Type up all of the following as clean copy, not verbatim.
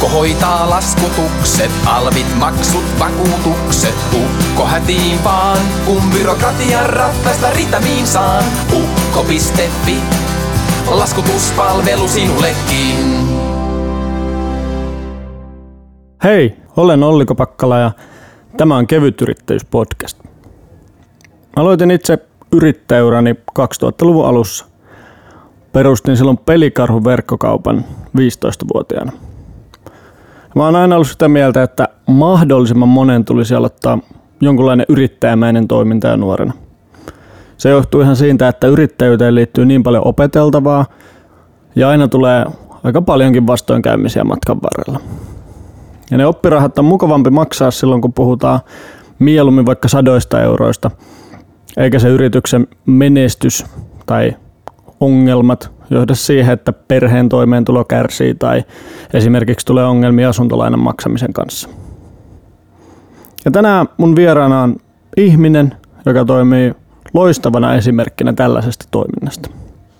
Ukko hoitaa laskutukset, alvit, maksut, vakuutukset. Ukko hätiin vaan, kun byrokratian rattaista ritamiin saan. Ukko.fi, laskutuspalvelu sinullekin. Hei, olen Olli Kopakkala ja tämä on Kevytyrittäjyys-podcast. Aloitin itse yrittäjäurani 2000-luvun alussa. Perustin silloin Pelikarhun verkkokaupan 15-vuotiaana. Mä oon aina ollut sitä mieltä, että mahdollisimman monen tulisi aloittaa jonkunlainen yrittäjämäinen toiminta jo nuorena. Se johtuu ihan siitä, että yrittäjyyteen liittyy niin paljon opeteltavaa ja aina tulee aika paljonkin vastoinkäymisiä matkan varrella. Ja ne oppirahat on mukavampi maksaa silloin, kun puhutaan mieluummin vaikka 100 euroista, eikä se yrityksen menestys tai ongelmat johda siihen, että perheen toimeentulo kärsii tai esimerkiksi tulee ongelmia asuntolainan maksamisen kanssa. Ja tänään mun vieraana on ihminen, joka toimii loistavana esimerkkinä tällaisesta toiminnasta.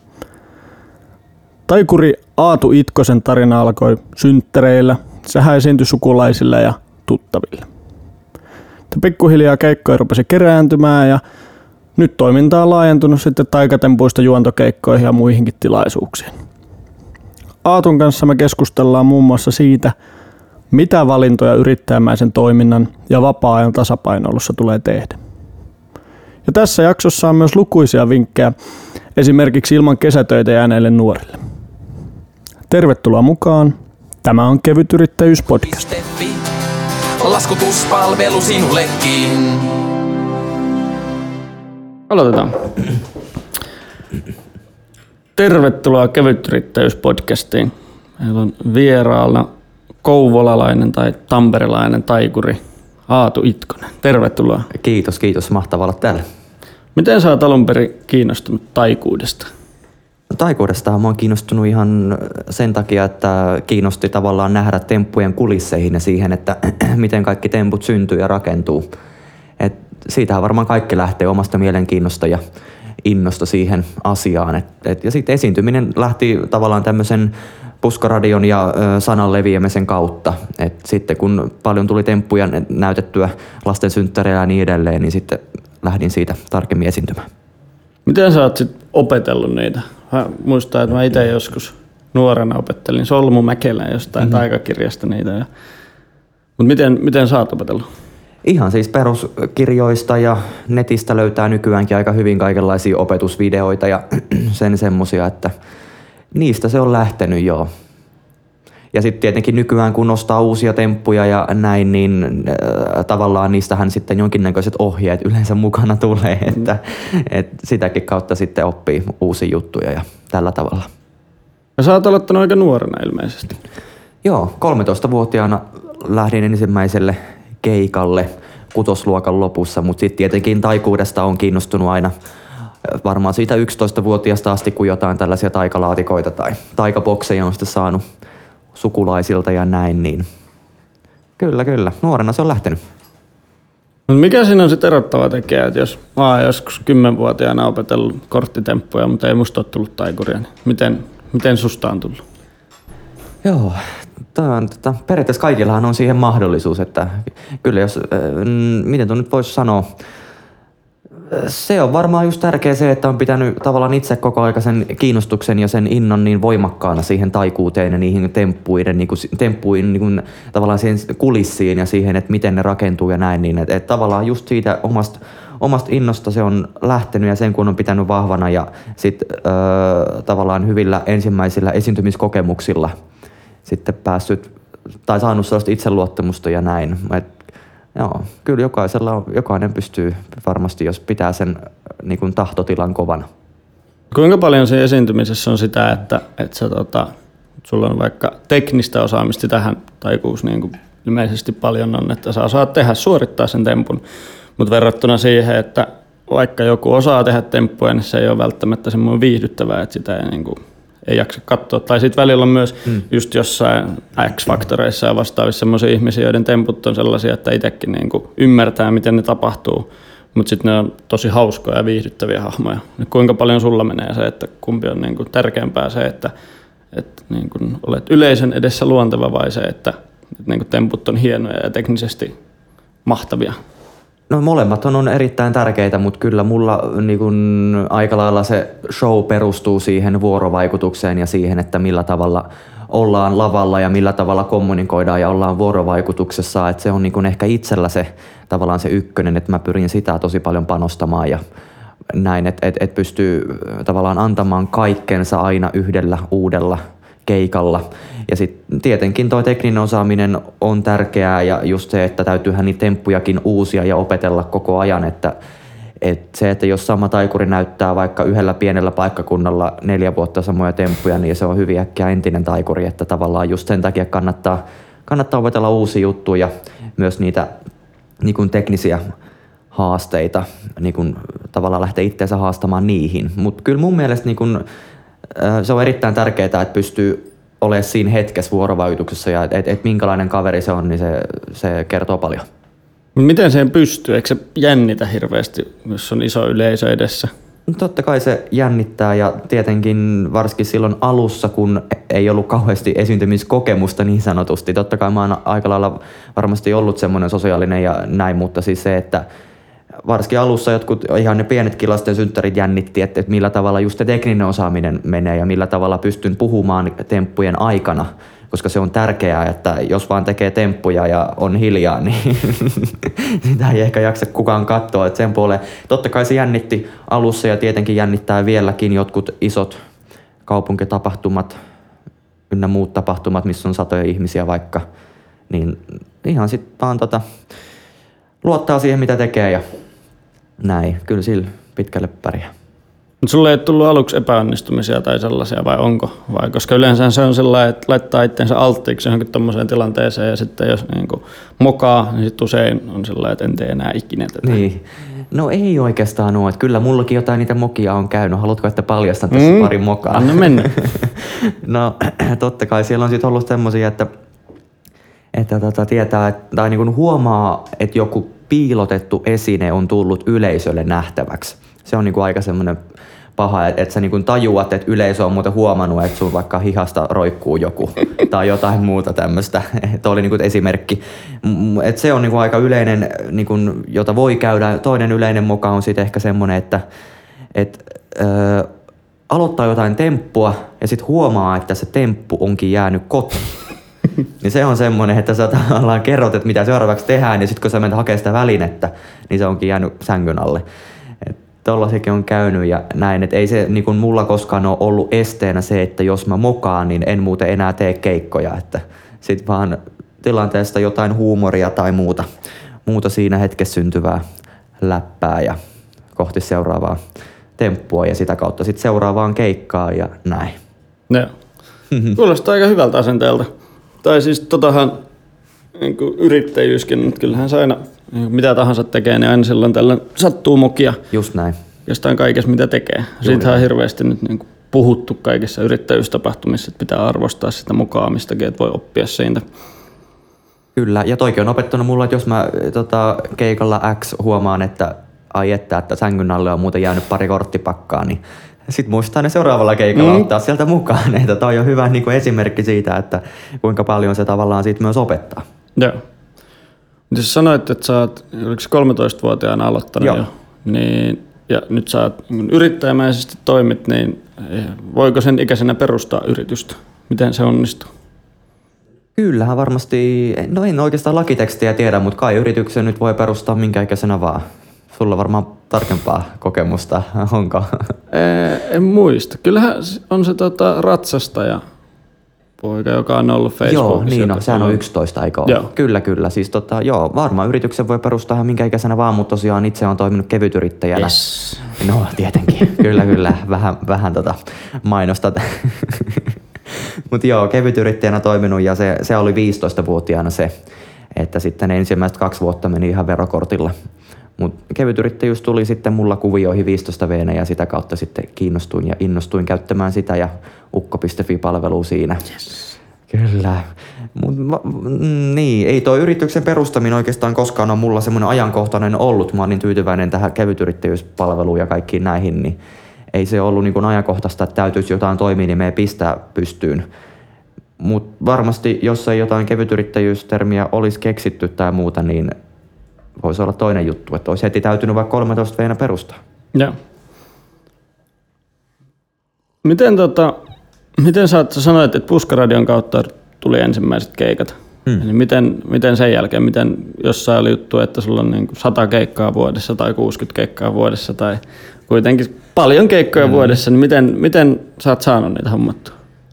Taikuri Aatu Itkosen tarina alkoi synttäreillä. Sehän esiintyi sukulaisille ja tuttaville. Pikkuhiljaa keikkoja rupesi kerääntymään ja nyt toiminta on laajentunut sitten taikatempuista juontokeikkoihin ja muihinkin tilaisuuksiin. Aatun kanssa me keskustellaan muun muassa siitä, mitä valintoja yrittäjämäisen toiminnan ja vapaa-ajan tasapainoilussa tulee tehdä. Ja tässä jaksossa on myös lukuisia vinkkejä esimerkiksi ilman kesätöitä jääneille nuorille. Tervetuloa mukaan. Tämä on Kevytyrittäjyys-podcast. Laskutuspalvelu sinullekin. Aloitetaan. Tervetuloa Kevytyrittäjyys-podcastiin. Meillä on vieraana kouvolalainen tai tamperelainen taikuri Aatu Itkonen. Tervetuloa. Kiitos. Mahtavaa olla täällä. Miten sä oot alun perin kiinnostunut taikuudesta? Taikuudestahan mä oon kiinnostunut ihan sen takia, että kiinnosti tavallaan nähdä temppujen kulisseihin ja siihen, että miten kaikki temput syntyy ja rakentuu. Et siitähän varmaan kaikki lähtee omasta mielenkiinnosta ja innosta siihen asiaan. Ja sitten esiintyminen lähti tavallaan tämmöisen puskaradion ja sanan leviämisen kautta. Et sitten kun paljon tuli temppuja näytettyä lasten synttäreillä ja niin edelleen, niin sitten lähdin siitä tarkemmin esiintymään. Miten sä oot sit opetellut niitä? Mä muistan, että mä itse joskus nuorena opettelin Solmumäkelän jostain taikakirjasta niitä. Mutta miten sä oot opetellut? Ihan siis peruskirjoista ja netistä löytää nykyäänkin aika hyvin kaikenlaisia opetusvideoita ja sen semmosia, että niistä se on lähtenyt joo. Ja sitten tietenkin nykyään kun nostaa uusia temppuja ja näin, niin tavallaan niistähän sitten jonkinnäköiset ohjeet yleensä mukana tulee, että sitäkin kautta sitten oppii uusia juttuja ja tällä tavalla. Ja sä oot aloittanut aika nuorena ilmeisesti. Joo, 13-vuotiaana lähdin ensimmäiselle keikalle kutosluokan lopussa, mutta sitten tietenkin taikuudesta on kiinnostunut aina varmaan siitä 11-vuotiaasta asti, kun jotain tällaisia taikalaatikoita tai taikabokseja on sitten saanut sukulaisilta ja näin, niin kyllä. Nuorena se on lähtenyt. No mikä siinä on sitten erottava tekijä, että jos mä oon joskus 10-vuotiaana opetellut korttitemppuja, mutta ei musta ole tullut taikuria, niin miten susta on tullut? Joo, periaatteessa kaikillahan on siihen mahdollisuus, että kyllä jos, miten tuon nyt voisi sanoa, se on varmaan just tärkeä se, että on pitänyt tavallaan itse koko ajan sen kiinnostuksen ja sen innon niin voimakkaana siihen taikuuteen ja niihin temppuihin niin kuin, tavallaan siihen kulissiin ja siihen, että miten ne rakentuu ja näin. Niin, että tavallaan just siitä omasta innosta se on lähtenyt ja sen kun on pitänyt vahvana ja sitten tavallaan hyvillä ensimmäisillä esiintymiskokemuksilla sitten päässyt tai saanut sellaista itseluottamusta ja näin. Joo, kyllä jokainen pystyy varmasti, jos pitää sen niin kuin tahtotilan kovana. Kuinka paljon siinä esiintymisessä on sitä, että sulla on vaikka teknistä osaamista tähän taikuus niin kuin ilmeisesti paljon on, että sä osaat suorittaa sen tempun, mutta verrattuna siihen, että vaikka joku osaa tehdä temppuja, niin se ei ole välttämättä semmoinen viihdyttävää, että sitä ei jaksa katsoa. Tai sitten välillä on myös just jossain X-faktoreissa ja vastaavissa semmoisia ihmisiä, joiden temput on sellaisia, että itsekin niinku ymmärtää, miten ne tapahtuu. Mutta sitten ne on tosi hauskoja ja viihdyttäviä hahmoja. Kuinka paljon sulla menee se, että kumpi on niinku tärkeämpää se, että että niin kun olet yleisön edessä luonteva vai se, että niin kun temput on hienoja ja teknisesti mahtavia? No molemmat on erittäin tärkeitä, mutta kyllä mulla niin kun aika lailla se show perustuu siihen vuorovaikutukseen ja siihen, että millä tavalla ollaan lavalla ja millä tavalla kommunikoidaan ja ollaan vuorovaikutuksessa. Että se on niin kun ehkä itsellä se tavallaan se ykkönen, että mä pyrin sitä tosi paljon panostamaan ja näin, että pystyy tavallaan antamaan kaikkensa aina yhdellä uudella keikalla. Ja sitten tietenkin tuo tekninen osaaminen on tärkeää ja just se, että täytyyhän niitä temppujakin uusia ja opetella koko ajan, että se, että jos sama taikuri näyttää vaikka yhdellä pienellä paikkakunnalla 4 vuotta samoja temppuja, niin se on hyvin äkkiä entinen taikuri, että tavallaan just sen takia kannattaa opetella uusia juttuja ja myös niitä niin kuin teknisiä haasteita, niin kuin tavallaan lähteä itseensä haastamaan niihin. Mutta kyllä mun mielestä niin kuin, se on erittäin tärkeää, että pystyy olemaan siinä hetkessä vuorovaikutuksessa ja että minkälainen kaveri se on, niin se kertoo paljon. Miten siihen pystyy? Eikö se jännitä hirveästi, jos on iso yleisö edessä? Totta kai se jännittää ja tietenkin varsinkin silloin alussa, kun ei ollut kauheasti esiintymiskokemusta niin sanotusti. Totta kai mä oon aika lailla varmasti ollut semmoinen sosiaalinen ja näin, mutta siis se, että varsinkin alussa jotkut ihan ne pienetkin lasten synttärit jännitti, että millä tavalla just se tekninen osaaminen menee ja millä tavalla pystyn puhumaan temppujen aikana, koska se on tärkeää, että jos vaan tekee temppuja ja on hiljaa, niin sitä ei ehkä jaksa kukaan katsoa. Että sen puoleen totta kai se jännitti alussa ja tietenkin jännittää vieläkin jotkut isot kaupunkitapahtumat ynnä muut tapahtumat, missä on satoja ihmisiä vaikka, niin ihan sitten vaan luottaa siihen, mitä tekee ja näin. Kyllä sillä pitkälle pärjää. Mutta sulle ei ole tullut aluksi epäonnistumisia tai sellaisia vai onko? Vai koska yleensä se on sellainen, että laittaa itseensä alttiiksi johonkin tommoseen tilanteeseen ja sitten jos niin mokaa, niin sitten usein on sellainen, että en tee enää ikinä tätä. Niin. No ei oikeastaan ole. Että kyllä mullakin jotain niitä mokia on käynyt. Haluatko, että paljastan tässä pari mokaa? Anna mennä. No totta kai siellä on sitten ollut semmosia, että tietää tai niin kuin huomaa, että joku piilotettu esine on tullut yleisölle nähtäväksi. Se on niin kuin aika semmoinen paha, että sä niin kuin tajuat, että yleisö on muuten huomannut, että sun vaikka hihasta roikkuu joku tai jotain muuta tämmöistä. Tuo oli niin kuin esimerkki. Että se on niin kuin aika yleinen, niin kuin, jota voi käydä. Toinen yleinen moka on sitten ehkä semmoinen, että aloittaa jotain temppua ja sitten huomaa, että se temppu onkin jäänyt kotiin. Niin se on semmoinen, että sä tavallaan kerrot, että mitä seuraavaksi tehdään, ja sitten kun sä menet hakemaan sitä välinettä, niin se onkin jäänyt sängyn alle. Tollasikin on käynyt ja näin, että ei se niin kuin mulla koskaan ole ollut esteenä se, että jos mä mokaan, niin en muuten enää tee keikkoja. Että sit vaan tilanteesta jotain huumoria tai muuta siinä hetkessä syntyvää läppää ja kohti seuraavaa temppua ja sitä kautta sitten seuraavaan keikkaan ja näin. Joo. Kuulostaa aika hyvältä asenteelta. Tai siis totahan niin yrittäjyyskin, että kyllähän se aina mitä tahansa tekee, niin aina silloin tällä sattuu mokia. Just näin. Jostain kaikessa mitä tekee. Siitähän on hirveästi nyt niin puhuttu kaikissa yrittäjyystapahtumissa, että pitää arvostaa sitä mokaamistakin, että voi oppia siitä. Kyllä, ja toikin on opettanut mulla, että jos mä keikalla X huomaan, että että sängyn alle on muuten jäänyt pari korttipakkaa, niin sitten muistaa ne seuraavalla keikalla ottaa sieltä mukaan. Että toi on hyvä niin kuin esimerkki siitä, että kuinka paljon se tavallaan siitä myös opettaa. Joo. Jos sanoit, että sä oot 13-vuotiaana aloittanut jo, niin, ja nyt sä oot yrittäjämäisesti toimit, niin voiko sen ikäisenä perustaa yritystä? Miten se onnistuu? Kyllähän varmasti, no en oikeastaan lakitekstiä tiedä, mutta kai yrityksen nyt voi perustaa minkä ikäisenä vaan. Sulla varmaan tarkempaa kokemusta, onko? En muista. Kyllähän on se ratsastaja poika, joka on ollut Facebookissa. Joo, niin sehän on 11, eikö ole? Joo. Kyllä. Siis varmaan yrityksen voi perustaa ihan minkä ikäisenä vaan, mutta tosiaan itse on toiminut kevytyrittäjänä. Yes. No tietenkin, kyllä. Vähän mainosta. Mutta joo, kevytyrittäjänä toiminut ja se oli 15-vuotiaana se, että sitten ensimmäiset 2 vuotta meni ihan verokortilla. Mutta kevytyrittäjyys tuli sitten mulla kuvioihin 15V ja sitä kautta sitten kiinnostuin ja innostuin käyttämään sitä ja ukko.fi-palvelua siinä. Yes. Kyllä. Niin, ei tuo yrityksen perustaminen oikeastaan koskaan ole mulla semmoinen ajankohtainen ollut. Mä oon niin tyytyväinen tähän kevytyrittäjyyspalveluun ja kaikkiin näihin, niin ei se ollut niin kuin ajankohtaista, että täytyisi jotain toimia, niin me ei pistää pystyyn. Mutta varmasti, jos ei jotain kevytyrittäjyystermiä olisi keksitty tai muuta, niin voisi olla toinen juttu, että olisi heti täytynyt vaikka 13 veinä perustaa. Joo. Miten sä sanoit, että Puskaradion kautta tuli ensimmäiset keikat? Eli miten sen jälkeen, jossain oli juttu, että sulla on niin 100 keikkaa vuodessa tai 60 keikkaa vuodessa tai kuitenkin paljon keikkoja vuodessa, niin miten sä oot saanut niitä hommattua?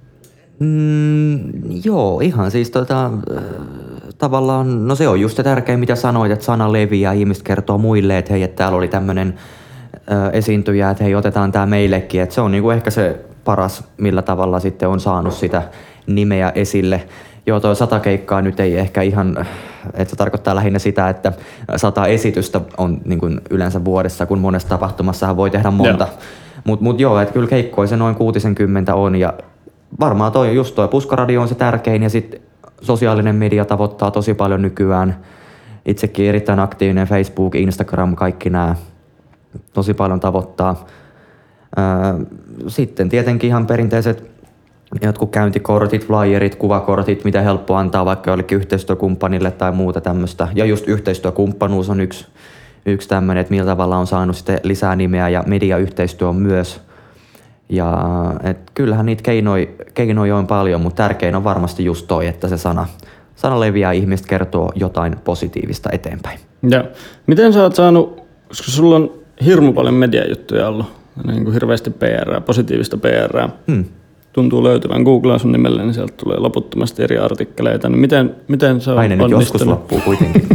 Joo, ihan siis tavallaan, no se on just se tärkein, mitä sanoit, että sana leviää, ihmiset kertoo muille, että hei, että täällä oli tämmöinen esiintyjä, että hei, otetaan tää meillekin, että se on niinku ehkä se paras, millä tavalla sitten on saanut sitä nimeä esille. Joo, toi 100 keikkaa nyt ei ehkä ihan, että se tarkoittaa lähinnä sitä, että 100 esitystä on niin kuin yleensä vuodessa, kun monessa tapahtumassahan voi tehdä monta. Mut joo, että kyllä keikkoja se noin 60 on ja varmaan just toi Puskaradio on se tärkein ja sitten sosiaalinen media tavoittaa tosi paljon nykyään. Itsekin erittäin aktiivinen Facebook, Instagram, kaikki nämä tosi paljon tavoittaa. Sitten tietenkin ihan perinteiset jotkut käyntikortit, flyerit, kuvakortit, mitä helppo antaa vaikka jollekin yhteistyökumppanille tai muuta tämmöistä. Ja just yhteistyökumppanuus on yksi tämmöinen, että millä tavalla on saanut sitten lisää nimeä ja mediayhteistyö on myös. Ja kyllähän niitä keinoja on paljon, mutta tärkein on varmasti just toi, että se sana leviää, ihmiset kertoo jotain positiivista eteenpäin. Ja miten sä oot saanut, koska sulla on hirmu paljon mediajuttuja ollut, niin kuin hirveästi PR, positiivista PR. Tuntuu löytyvän. Googlaan sun nimellä, niin sieltä tulee loputtomasti eri artikkeleita. Niin miten se on aina onnistunut? Nyt joskus loppuu kuitenkin.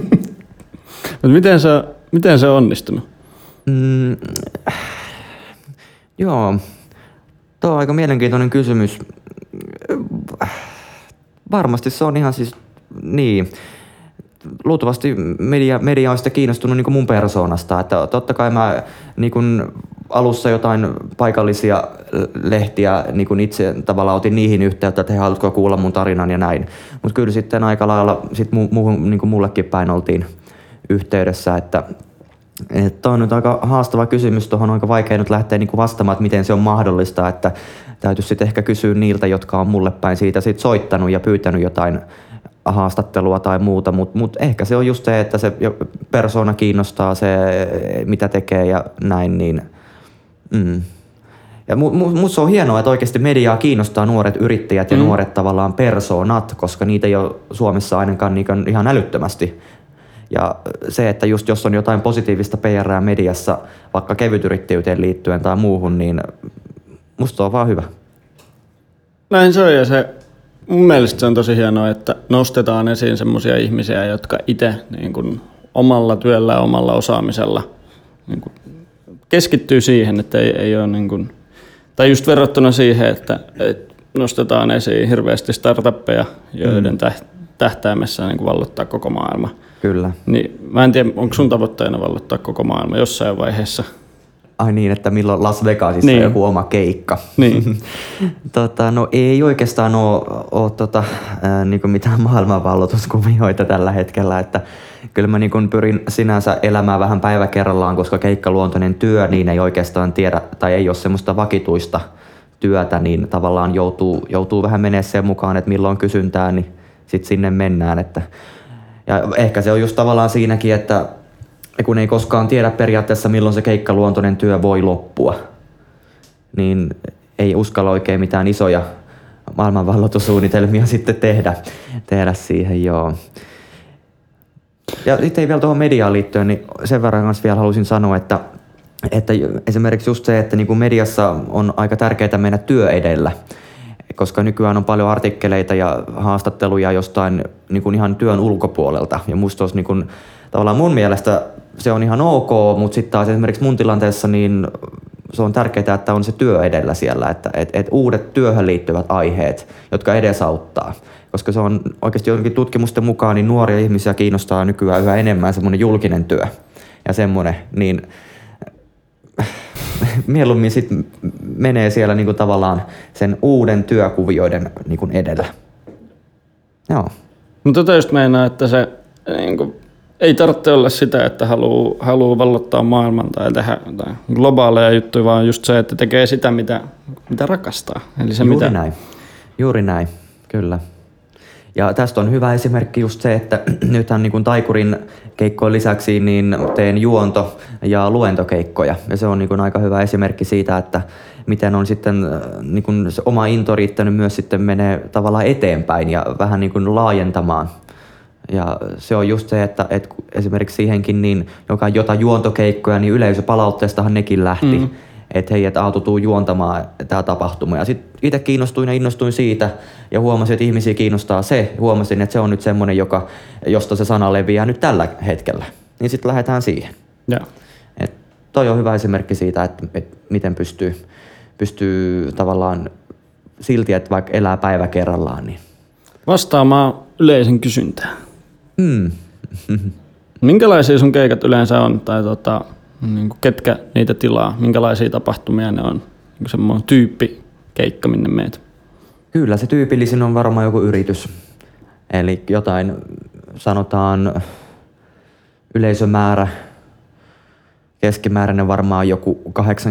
miten se on onnistunut? Joo, tuo on aika mielenkiintoinen kysymys. Varmasti se on ihan siis niin. Luultavasti media on sitä kiinnostunut niin kuin mun persoonasta. Että totta kai mä niin kuin alussa jotain paikallisia lehtiä niin kuin itse tavallaan otin niihin yhteyttä, että he haluatko kuulla mun tarinan ja näin. Mutta kyllä sitten aika lailla sit niin kuin mullekin päin oltiin yhteydessä, että on nyt aika haastava kysymys, tuohon on aika vaikea nyt lähteä niin kuin vastaamaan, että miten se on mahdollista, että täytyisi sitten ehkä kysyä niiltä, jotka on mulle päin siitä sit soittanut ja pyytänyt jotain haastattelua tai muuta, mutta ehkä se on just se, että se persoona kiinnostaa se, mitä tekee ja näin, niin Ja musta on hienoa, että oikeasti mediaa kiinnostaa nuoret yrittäjät ja nuoret tavallaan persoonat, koska niitä ei ole Suomessa ainakaan ihan älyttömästi. Ja se, että just jos on jotain positiivista PR:ää mediassa, vaikka kevytyrittäjyyteen liittyen tai muuhun, niin musta on vaan hyvä. Näin se on, ja mun mielestä se on tosi hienoa, että nostetaan esiin semmoisia ihmisiä, jotka itse niin kuin omalla työllä ja omalla osaamisella niin kuin keskittyy siihen, että ei ole niin kuin, tai just verrattuna siihen, että nostetaan esiin hirveästi startuppeja, joiden tähtäimessä niin kuin vallottaa koko maailma. Kyllä. Niin, mä en tiedä, onko sun tavoitteena vallottaa koko maailma jossain vaiheessa? Ai niin, että milloin Las Vegasissa on joku oma keikka. Niin. No ei oikeastaan ole niin kuin mitään maailmanvalloituskuvioita tällä hetkellä, että kyllä mä niin kuin pyrin sinänsä elämään vähän päivä kerrallaan, koska keikkaluontoinen työ niin ei oikeastaan tiedä tai ei ole semmoista vakituista työtä, niin tavallaan joutuu vähän menee sen mukaan, että milloin kysyntää, niin sitten sinne mennään. Ja ehkä se on just tavallaan siinäkin, että kun ei koskaan tiedä periaatteessa milloin se keikkaluontoinen työ voi loppua, niin ei uskalla oikein mitään isoja maailmanvalloitussuunnitelmia sitten tehdä siihen, joo. Ja sitten vielä tuohon mediaan liittyen, niin sen verran kanssa vielä halusin sanoa, että esimerkiksi just se, että niin kuin mediassa on aika tärkeää mennä työ edellä, koska nykyään on paljon artikkeleita ja haastatteluja jostain niin kuin ihan työn ulkopuolelta. Ja musta olisi niin kuin, tavallaan mun mielestä se on ihan ok, mutta sitten taas esimerkiksi mun tilanteessa niin se on tärkeää, että on se työ edellä siellä, että uudet työhön liittyvät aiheet, jotka edesauttaa. Koska se on oikeasti jonkin tutkimusten mukaan, niin nuoria ihmisiä kiinnostaa nykyään yhä enemmän semmoinen julkinen työ ja semmoinen, niin mieluummin sitten menee siellä niinku tavallaan sen uuden työkuvioiden niinku edellä. Joo. No just meinaa, että se niinku ei tarvitse olla sitä, että haluaa vallottaa maailman tai tehdä globaaleja juttuja, vaan just se, että tekee sitä, mitä rakastaa. Eli se, Juuri näin, kyllä. Ja tästä on hyvä esimerkki just se, että nythän niin kuin taikurin keikkojen lisäksi niin teen juonto- ja luentokeikkoja. Ja se on niin kuin aika hyvä esimerkki siitä, että miten on sitten niin kuin se oma into riittänyt myös sitten menee tavallaan eteenpäin ja vähän niin kuin laajentamaan. Ja se on just se, että esimerkiksi siihenkin, niin jota juontokeikkoja, niin yleisöpalautteestahan nekin lähti. Että hei, että Aatu tuu juontamaan tämä tapahtuma. Ja sitten itse kiinnostuin ja innostuin siitä ja huomasin, että ihmisiä kiinnostaa se. Huomasin, että se on nyt semmoinen, josta se sana leviää nyt tällä hetkellä. Niin sitten lähdetään siihen. Ja. Et toi on hyvä esimerkki siitä, että miten pystyy tavallaan silti, että vaikka elää päivä kerrallaan. Niin. Vastaamaan yleisen kysyntään. Minkälaisia sun keikat yleensä on? Tai niin ketkä niitä tilaa? Minkälaisia tapahtumia ne on? Niin semmoinen tyyppikeikka, minne meet? Kyllä se tyypillisin on varmaan joku yritys. Eli jotain, sanotaan yleisömäärä, keskimääräinen varmaan joku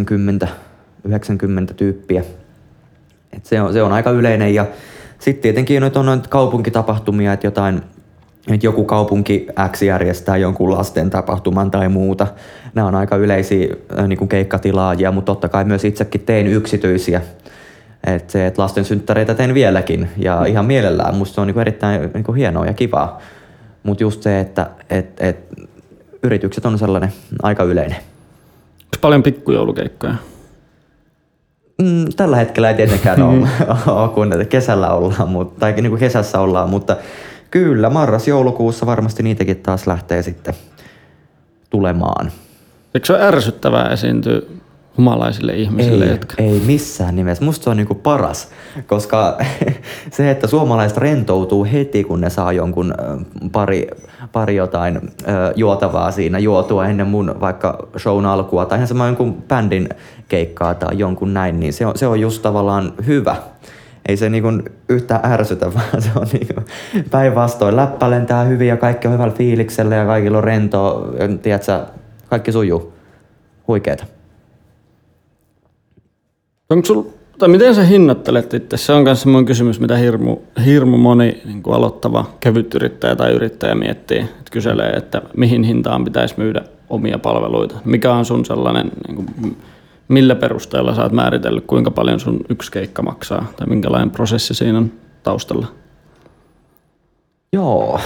80-90 tyyppiä. Et se on aika yleinen ja sitten tietenkin on noita kaupunkitapahtumia, että joku kaupunki X järjestää jonkun lasten tapahtuman tai muuta. Nämä on aika yleisiä niin kuin keikkatilaajia, mutta totta kai myös itsekin teen yksityisiä. Että lasten synttäreitä teen vieläkin ja ihan mielellään. Musta se on niin kuin erittäin niin kuin hienoa ja kivaa. Mutta just se, että yritykset on sellainen aika yleinen. Onko paljon pikkujoulukeikkoja? Tällä hetkellä ei tietenkään ole, kun kesällä ollaan, tai niin kuin kesässä ollaan, mutta kyllä marras-joulukuussa varmasti niitäkin taas lähtee sitten tulemaan. Eikö se ole ärsyttävää esiintyä humalaisille ihmisille? Ei missään nimessä. Musta se on niinku paras, koska se, että suomalaiset rentoutuu heti, kun ne saa jonkun pari jotain juotavaa siinä juotua ennen mun vaikka shown alkua, tai ihan sama jonkun bändin keikkaa tai jonkun näin, niin se on just tavallaan hyvä. Ei se niinku yhtään ärsytä, vaan se on niinku päinvastoin. Läppä lentää hyvin ja kaikki on hyvällä fiiliksellä ja kaikilla on rentoa, tiedätkö, kaikki sujuu. Huikeeta. Miten sä hinnoittelet itse? Se on myös semmoinen kysymys, mitä hirmu moni niin kuin aloittava kevytyrittäjä tai yrittäjä miettii. Että kyselee, että mihin hintaan pitäisi myydä omia palveluita. Mikä on sun sellainen, niin kuin, millä perusteella sä oot määritellyt, kuinka paljon sun yksi keikka maksaa? Tai minkälainen prosessi siinä on taustalla? Joo,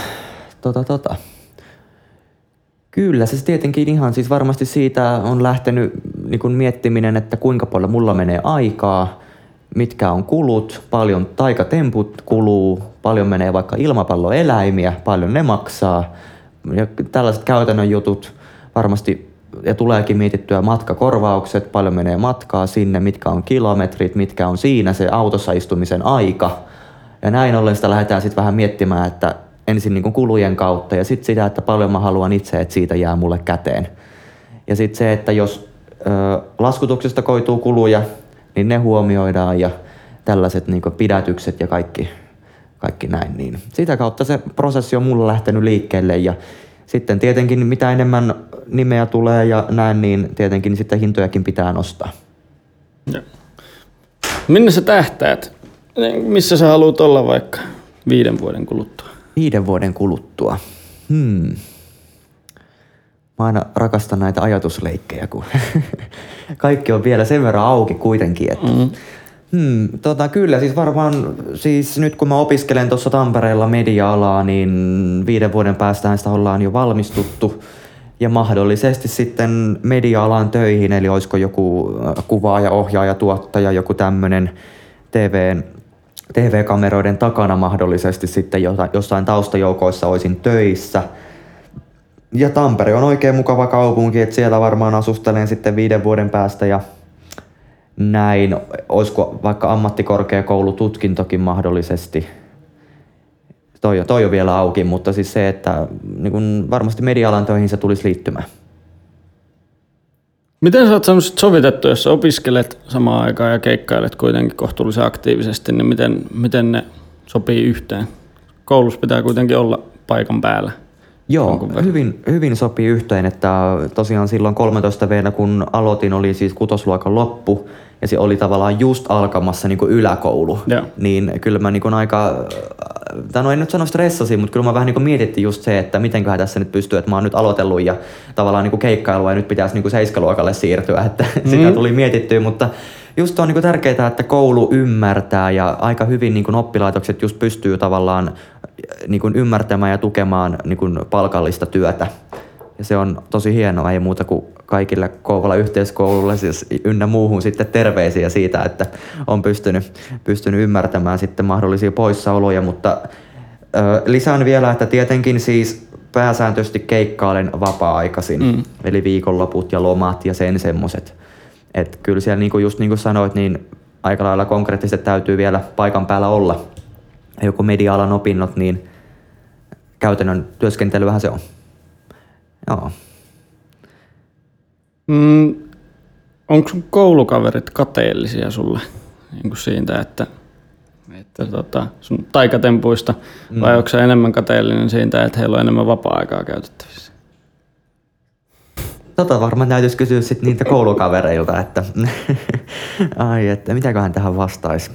Kyllä, se tietenkin ihan siis varmasti siitä on lähtenyt niin kuin miettiminen, että kuinka paljon mulla menee aikaa, mitkä on kulut, paljon taikatemput kuluu, paljon menee vaikka ilmapalloeläimiä, paljon ne maksaa. Ja tällaiset käytännön jutut varmasti, ja tuleekin mietittyä matkakorvaukset, paljon menee matkaa sinne, mitkä on kilometrit, mitkä on siinä se autossa istumisen aika. Ja näin ollen sitä lähdetään sitten vähän miettimään, että ensin niin kuin kulujen kautta ja sitten sitä, että paljon mä haluan itse, että siitä jää mulle käteen. Ja sitten se, että jos laskutuksesta koituu kuluja, niin ne huomioidaan ja tällaiset niin kuin pidätykset ja kaikki näin. Niin sitä kautta se prosessi on mulla lähtenyt liikkeelle ja sitten tietenkin mitä enemmän nimeä tulee ja näin, niin tietenkin sitten hintojakin pitää nostaa. Ja. Minne sä tähtäät? Missä sä haluat olla vaikka 5 vuoden kuluttua? 5 vuoden kuluttua. Mä aina rakastan näitä ajatusleikkejä, kun kaikki on vielä sen verran auki kuitenkin. Että kyllä, siis varmaan siis nyt kun mä opiskelen tuossa Tampereella media-alaa, niin 5 vuoden päästään sitä ollaan jo valmistuttu. Ja mahdollisesti sitten media-alan töihin, eli olisiko joku kuvaaja, ohjaaja, tuottaja, joku tämmönen TV-kameroiden takana mahdollisesti sitten jossain taustajoukoissa olisin töissä. Ja Tampere on oikein mukava kaupunki, että siellä varmaan asustelen sitten 5 vuoden päästä ja näin. Olisiko vaikka ammattikorkeakoulututkintokin mahdollisesti. Toi on vielä auki, mutta siis se, että niin kun varmasti media-alan töihin se tulisi liittymään. Miten sä oot sovitettu, jos sä opiskelet samaan aikaan ja keikkailet kuitenkin kohtuullisen aktiivisesti, niin miten ne sopii yhteen? Koulussa pitää kuitenkin olla paikan päällä Joo, hyvin sopii yhteen, että tosiaan silloin 13 vuonna kun aloitin, oli siis kutosluokan loppu ja se oli tavallaan just alkamassa niin kuin yläkoulu. Joo. Niin kyllä mä niin kuin aika, no en nyt sano stressasin, mutta kyllä mä vähän niin kuin mietittiin just se, että mitenköhän tässä nyt pystyy, että mä oon nyt aloitellut ja tavallaan niin kuin keikkailua ja nyt pitäisi niin kuin 7-luokalle siirtyä, että sitä tuli mietittyä, mutta just on niin kuin tärkeää, että koulu ymmärtää ja aika hyvin niin kuin oppilaitokset just pystyy tavallaan niin kuin ymmärtämään ja tukemaan niin kuin palkallista työtä. Ja se on tosi hienoa, ei muuta kuin kaikille Kouvolan yhteiskoululle siis ynnä muuhun sitten terveisiä siitä, että on pystynyt ymmärtämään sitten mahdollisia poissaoloja, mutta lisään vielä, että tietenkin siis pääsääntöisesti keikkailen vapaa-aikaisin, eli viikonloput ja lomat ja sen semmoset. Että kyllä siellä niin kuin just niin kuin sanoit, niin aika lailla konkreettisesti täytyy vielä paikan päällä olla. Joku media-alan opinnot, niin käytännön työskentelyhän se on. Joo. Onko sun koulukaverit kateellisia sulle niin kuin siitä, että sun taikatempuista, vai onko sä enemmän kateellinen siitä, että heillä on enemmän vapaa-aikaa käytettävissä? Varmaan täytyisi kysyä sitten niitä koulukavereilta, että että mitäköhän tähän vastaisi.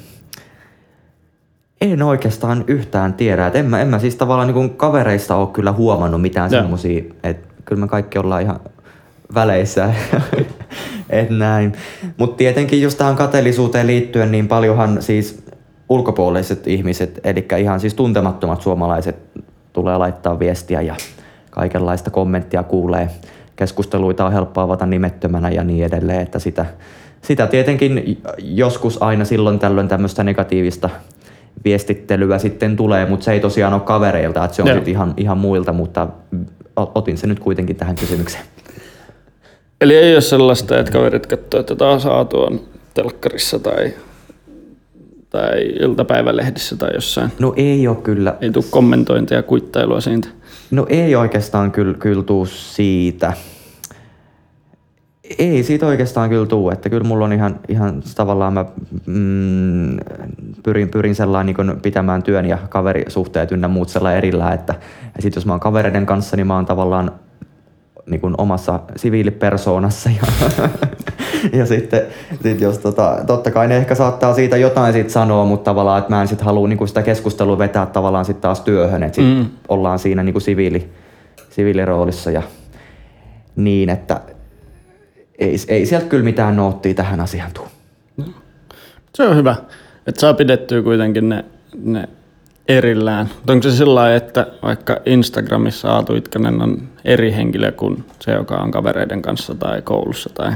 En oikeastaan yhtään tiedä. Et en mä siis tavallaan niin kavereista ole kyllä huomannut mitään semmosia, että kyllä me kaikki ollaan ihan väleissä. Et näin. Mutta tietenkin just tähän kateellisuuteen liittyen niin paljonhan siis ulkopuoliset ihmiset, eli ihan siis tuntemattomat suomalaiset tulee laittaa viestiä ja kaikenlaista kommenttia kuulee. Keskusteluita on helppo avata nimettömänä ja niin edelleen, että sitä tietenkin joskus aina silloin tällöin tämmöistä negatiivista viestittelyä sitten tulee, mutta se ei tosiaan ole kavereilta, että se on sitten ihan muilta, mutta otin se nyt kuitenkin tähän kysymykseen. Eli ei ole sellaista, että kaverit katsoo, että taas Aatu on telkkarissa tai iltapäivälehdissä tai jossain. No ei ole kyllä. Ei tule kommentointia ja kuittailua siitä. No ei oikeastaan kyllä tuu siitä. Ei siitä oikeastaan kyllä tuu, että kyllä mulla on ihan tavallaan mä pyrin sellainen niin pitämään työn ja kaverisuhteet ynnä muut sellainen erillään, että ja sit jos mä oon kavereiden kanssa, niin mä oon tavallaan niin kuin omassa siviilipersoonassa ja sitten jos totta kai ne ehkä saattaa siitä jotain sit sanoa, mutta tavallaan, että mä en sit halua niin kuin sitä keskustelua vetää tavallaan sit taas työhön, että sit ollaan siinä niin kuin siviiliroolissa ja niin, että ei sieltä kyllä mitään noottia tähän asiaan tule. Se on hyvä, että saa pidettyä kuitenkin ne erillään. Onko se sillä lailla, että vaikka Instagramissa Aatu Itkänen on eri henkilö kuin se, joka on kavereiden kanssa tai koulussa? Tai...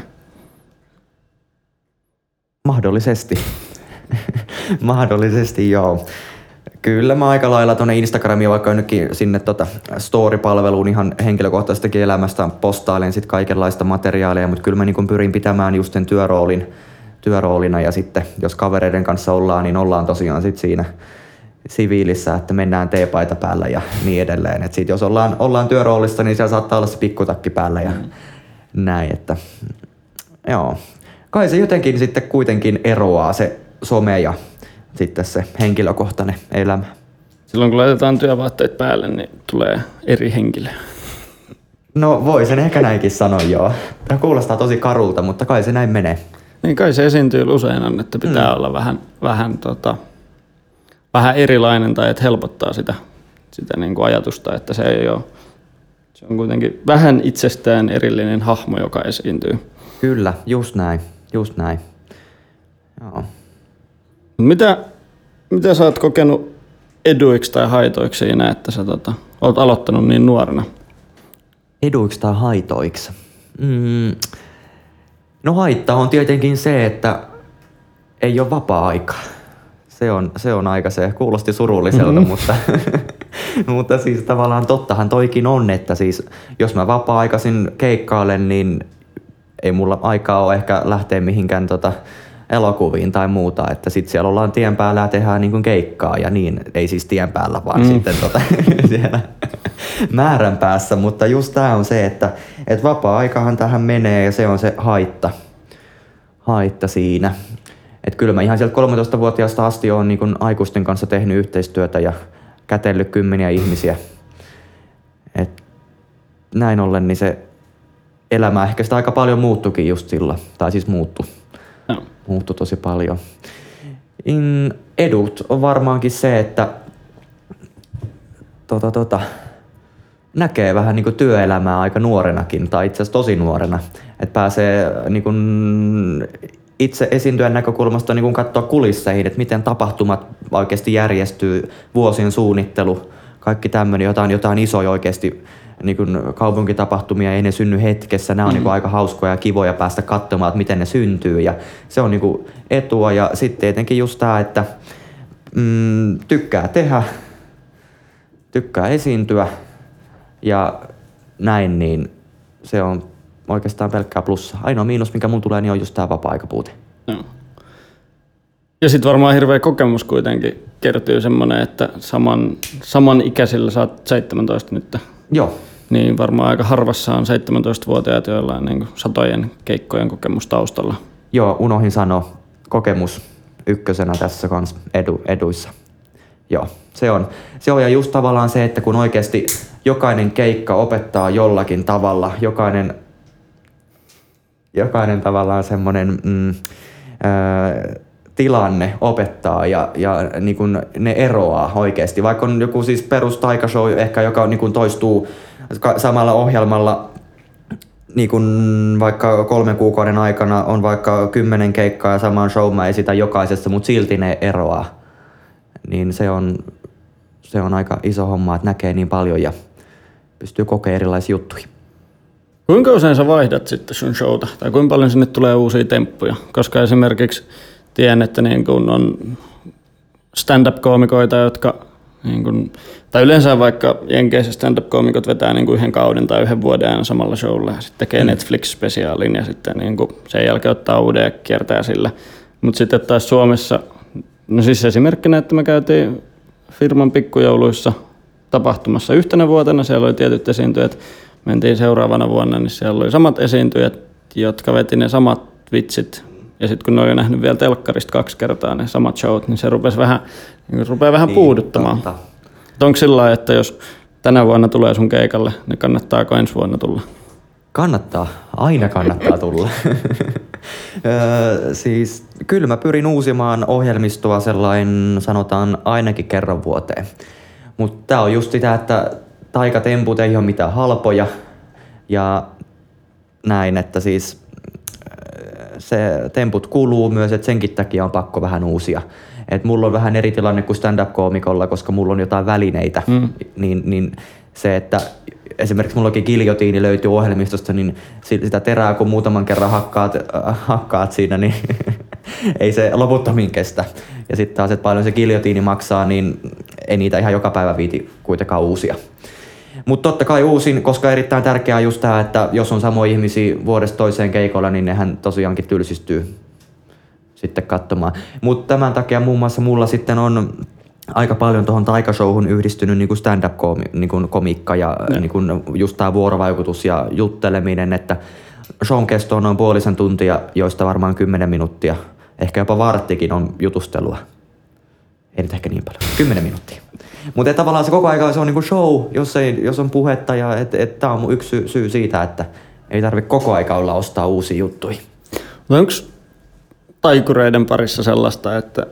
Mahdollisesti. Mahdollisesti joo. Kyllä mä aika lailla tuonne Instagramiin vaikka jonnekin sinne story-palveluun ihan henkilökohtaisestakin elämästä postailen sit kaikenlaista materiaalia, mutta kyllä mä niin pyrin pitämään just sen työroolina ja sitten jos kavereiden kanssa ollaan, niin ollaan tosiaan sit siinä siviilissä, että mennään teepaita päällä ja niin edelleen. Et sit jos ollaan työroolissa, niin siellä saattaa olla se pikkutakki päällä ja näin, että joo. Kai se jotenkin sitten kuitenkin eroaa se some ja sitten se henkilökohtainen elämä. Silloin kun laitetaan työvaatteet päälle, niin tulee eri henkilö. No voi sen ehkä näinkin sanoa, joo. Tämä kuulostaa tosi karulta, mutta kai se näin menee. Niin kai se esiintyy usein, että pitää olla vähän erilainen tai että helpottaa sitä niin kuin ajatusta, että se ei ole. Se on kuitenkin vähän itsestään erillinen hahmo, joka esiintyy. Kyllä, just näin. Joo. Mitä sä oot kokenut eduiksi tai haitoiksi siinä, että sä oot aloittanut niin nuorena? Eduiksi tai haitoiksi? No haitta on tietenkin se, että ei ole vapaa-aikaa. Se on aika se, kuulosti surulliselta, mutta siis tavallaan tottahan toikin on, että siis jos mä vapaa-aikaisin keikkailen, niin ei mulla aikaa ole ehkä lähteä mihinkään elokuviin tai muuta, että sit siellä ollaan tien päällä ja tehdään niin kuin keikkaa ja niin, ei siis tien päällä, vaan sitten siellä määrän päässä, mutta just tää on se, että vapaa-aikahan tähän menee ja se on se haitta siinä. Että kyllä mä ihan sieltä 13-vuotiaasta asti oon niin kuin aikuisten kanssa tehnyt yhteistyötä ja kätellyt kymmeniä ihmisiä. Et näin ollen niin se elämä ehkä sitä aika paljon muuttukin just sillä. Tai siis muuttui tosi paljon. Edut on varmaankin se, että näkee vähän niinku työelämää aika nuorenakin, tai itse asiassa tosi nuorena. Että pääsee niinku itse esiintyjän näkökulmasta niinku katsoa kulisseihin, että miten tapahtumat oikeasti järjestyy, vuosien suunnittelu, kaikki tämmöinen, jotain isoja oikeasti niinku kaupunkitapahtumia ei ne synny hetkessä. Nämä on niinku aika hauskoja ja kivoja päästä katsomaan, että miten ne syntyy, ja se on niinku etua. Ja sitten tietenkin just tämä, että tykkää tehdä, tykkää esiintyä ja näin, niin se on oikeastaan pelkkää plussa. Ainoa miinus, mikä mulla tulee, niin on just tää vapaa-aikapuute. No. Ja sit varmaan hirveä kokemus kuitenkin kertyy semmonen, että saman ikäisillä sä oot 17 nyt. Joo. Niin varmaan aika harvassa on 17-vuotiaat, joilla on niin satojen keikkojen kokemus taustalla. Joo, unohin sanoa kokemus ykkösenä tässä kans eduissa. Joo, se on ja just tavallaan se, että kun oikeasti jokainen keikka opettaa jollakin tavalla, jokainen tavallaan semmoinen tilanne opettaa ja niin kun ne eroaa oikeasti. Vaikka on joku siis perus taikashow ehkä, joka niin kun toistuu samalla ohjelmalla niin kun vaikka 3 kuukauden aikana on vaikka 10 keikkaa ja saman show mä esitän jokaisessa, mutta silti ne eroaa. Niin se on aika iso homma, että näkee niin paljon ja pystyy kokemaan erilaisia juttuja. Kuinka usein sä vaihdat sitten sun showta? Tai kuinka paljon sinne tulee uusia temppuja? Koska esimerkiksi tiedän, että niin kun on stand-up-koomikoita, jotka niin kun, tai yleensä vaikka jenkeissä stand-up-koomikot vetää niin kuin 1 kauden tai 1 vuoden aina samalla showlla ja sitten tekee Netflix-spesiaalin ja sitten niin kuin sen jälkeen ottaa uuden ja kiertää sillä. Mutta sitten taas Suomessa, no siis esimerkkinä, että me käytiin firman pikkujouluissa tapahtumassa yhtenä vuotena, siellä oli tietyt esiintyjät, mentiin seuraavana vuonna, niin siellä oli samat esiintyjät, jotka veti ne samat vitsit. Ja sitten kun ne oli nähnyt vielä telkkarista 2 kertaa ne samat showt, niin se rupeaa vähän puuduttamaan. Onko sillä lailla, että jos tänä vuonna tulee sun keikalle, niin kannattaako ensi vuonna tulla? Kannattaa. Aina kannattaa tulla. Siis kyllä mä pyrin uusimaan ohjelmistoa sellainen, sanotaan ainakin kerran vuoteen. Mutta tää on just sitä, että taikatemput ei ole mitään halpoja ja näin, että siis se temput kuluu myös, että senkin takia on pakko vähän uusia. Et mulla on vähän eri tilanne kuin stand-up-koomikolla, koska mulla on jotain välineitä, niin se, että esimerkiksi mullakin giljotiini löytyy ohjelmistosta, niin sitä terää kun muutaman kerran hakkaat siinä, niin ei se loputtomiin kestä. Ja sitten taas, että paljon se giljotiini maksaa, niin ei niitä ihan joka päivä viiti kuitenkaan uusia. Mutta totta kai uusin, koska erittäin tärkeää on just tämä, että jos on samoja ihmisiä vuodesta toiseen keikolla, niin nehän tosiaankin tylsistyy sitten katsomaan. Mutta tämän takia muun muassa mulla sitten on aika paljon tuohon taikashowhun yhdistynyt niin kuin stand-up-komiikka ja niin kuin just tämä vuorovaikutus ja jutteleminen, että shown kesto on noin 0,5 tuntia, joista varmaan 10 minuuttia, ehkä jopa varttikin on jutustelua. Ei nyt ehkä niin paljon, 10 minuuttia. Mutta tavallaan se koko ajan se on niinku show, jos on puhetta ja tämä on mun yksi syy siitä, että ei tarvitse koko aika olla ostaa uusia juttuja. Onko taikureiden parissa sellaista, että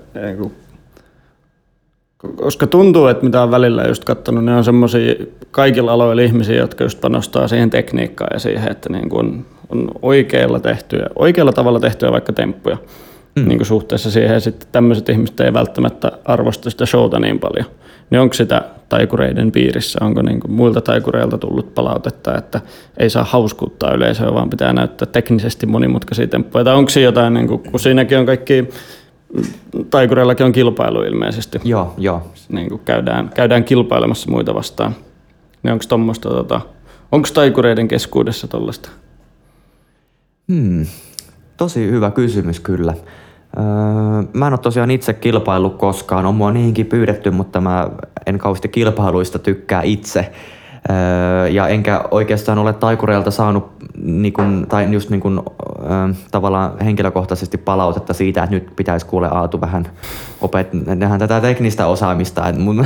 koska tuntuu, että mitä on välillä just katsonut, ne on semmoisia kaikilla aloilla ihmisiä, jotka just panostaa siihen tekniikkaan ja siihen, että niin kuin on oikealla tavalla tehtyä vaikka temppuja niin kuin suhteessa siihen. Ja sitten tämmöiset ihmiset ei välttämättä arvosta sitä showta niin paljon. Niin onko sitä taikureiden piirissä, onko niin kuin muilta taikureilta tullut palautetta, että ei saa hauskuuttaa yleisöä, vaan pitää näyttää teknisesti monimutkaisia temppuja? Tai onko siinä jotain, niin kuin, kun siinäkin on kaikki, taikureillakin on kilpailu ilmeisesti. Joo. Niin kuin käydään kilpailemassa muita vastaan. Niin onko tommoista, onko taikureiden keskuudessa tollaista? Tosi hyvä kysymys kyllä. Mä en ole tosiaan itse kilpaillut koskaan. On mua niinkin pyydetty, mutta mä en kauheasti kilpailuista tykkää itse. Ja enkä oikeastaan ole taikureilta saanut tavallaan henkilökohtaisesti palautetta siitä, että nyt pitäisi kuule Aatu vähän nähdään tätä teknistä osaamista.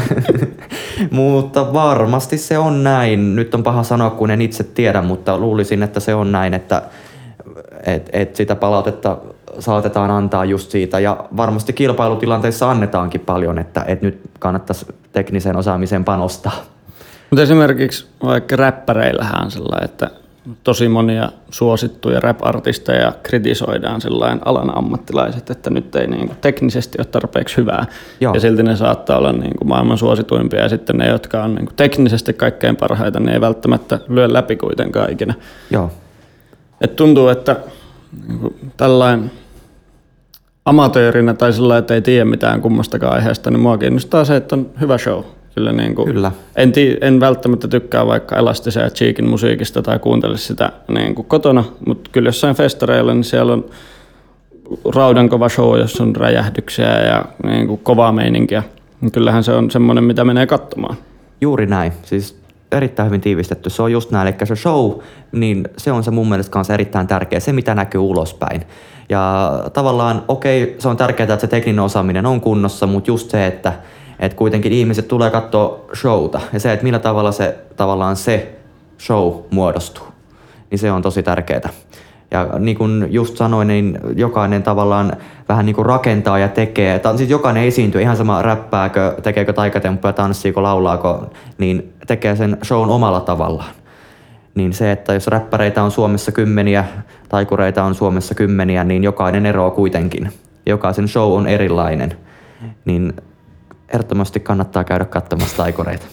Mutta varmasti se on näin. Nyt on paha sanoa, kun en itse tiedä, mutta luulisin, että se on näin, että sitä palautetta saatetaan antaa just siitä. Ja varmasti kilpailutilanteissa annetaankin paljon, että nyt kannattaisi tekniseen osaamiseen panostaa. Mutta esimerkiksi vaikka räppäreillähän on sellainen, että tosi monia suosittuja rap-artisteja kritisoidaan sellainen alan ammattilaiset, että nyt ei niinku teknisesti ole tarpeeksi hyvää. Joo. Ja silti ne saattaa olla niinku maailman suosituimpia ja sitten ne, jotka on niinku teknisesti kaikkein parhaita, ne ei välttämättä lyö läpi kuitenkaan ikinä. Joo. Et tuntuu, että niinku tällainen amatöörinä tai sellainen, että ei tiedä mitään kummastakaan aiheesta, niin mua kiinnostaa se, että on hyvä show. Kyllä. En välttämättä tykkää vaikka Elastisen ja Cheekin musiikista tai kuuntele sitä niin kuin kotona, mutta kyllä jossain festareilla niin siellä on raudankova show, jossa on räjähdyksiä ja niin kuin kovaa meininkiä. Kyllähän se on semmoinen, mitä menee katsomaan. Juuri näin. Siis erittäin hyvin tiivistetty. Se on just näin. Eli se show, niin se on se mun mielestä kanssa erittäin tärkeä. Se, mitä näkyy ulospäin. Ja tavallaan, se on tärkeää, että se tekninen osaaminen on kunnossa, mutta just se, että kuitenkin ihmiset tulee katsoa showta ja se, että millä tavalla se show muodostuu, niin se on tosi tärkeää. Ja niin kuin just sanoin, niin jokainen tavallaan vähän niin kuin rakentaa ja tekee, siis jokainen esiintyy, ihan sama räppääkö, tekeekö taikatemppuja, tanssiiko, laulaako, niin tekee sen shown omalla tavallaan. Niin se, että jos räppäreitä on Suomessa 10, taikureita on Suomessa 10, niin jokainen eroaa kuitenkin. Jokaisen show on erilainen, niin ehdottomasti kannattaa käydä katsomassa taikureita.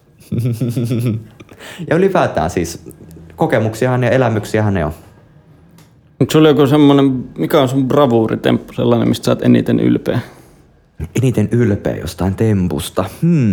Ja ylipäätään siis kokemuksiahan ja elämyksiähän ne on. Onko sulla joku semmoinen, mikä on sun bravuuritemppu, sellainen, mistä sä oot eniten ylpeä? Eniten ylpeä jostain tempusta?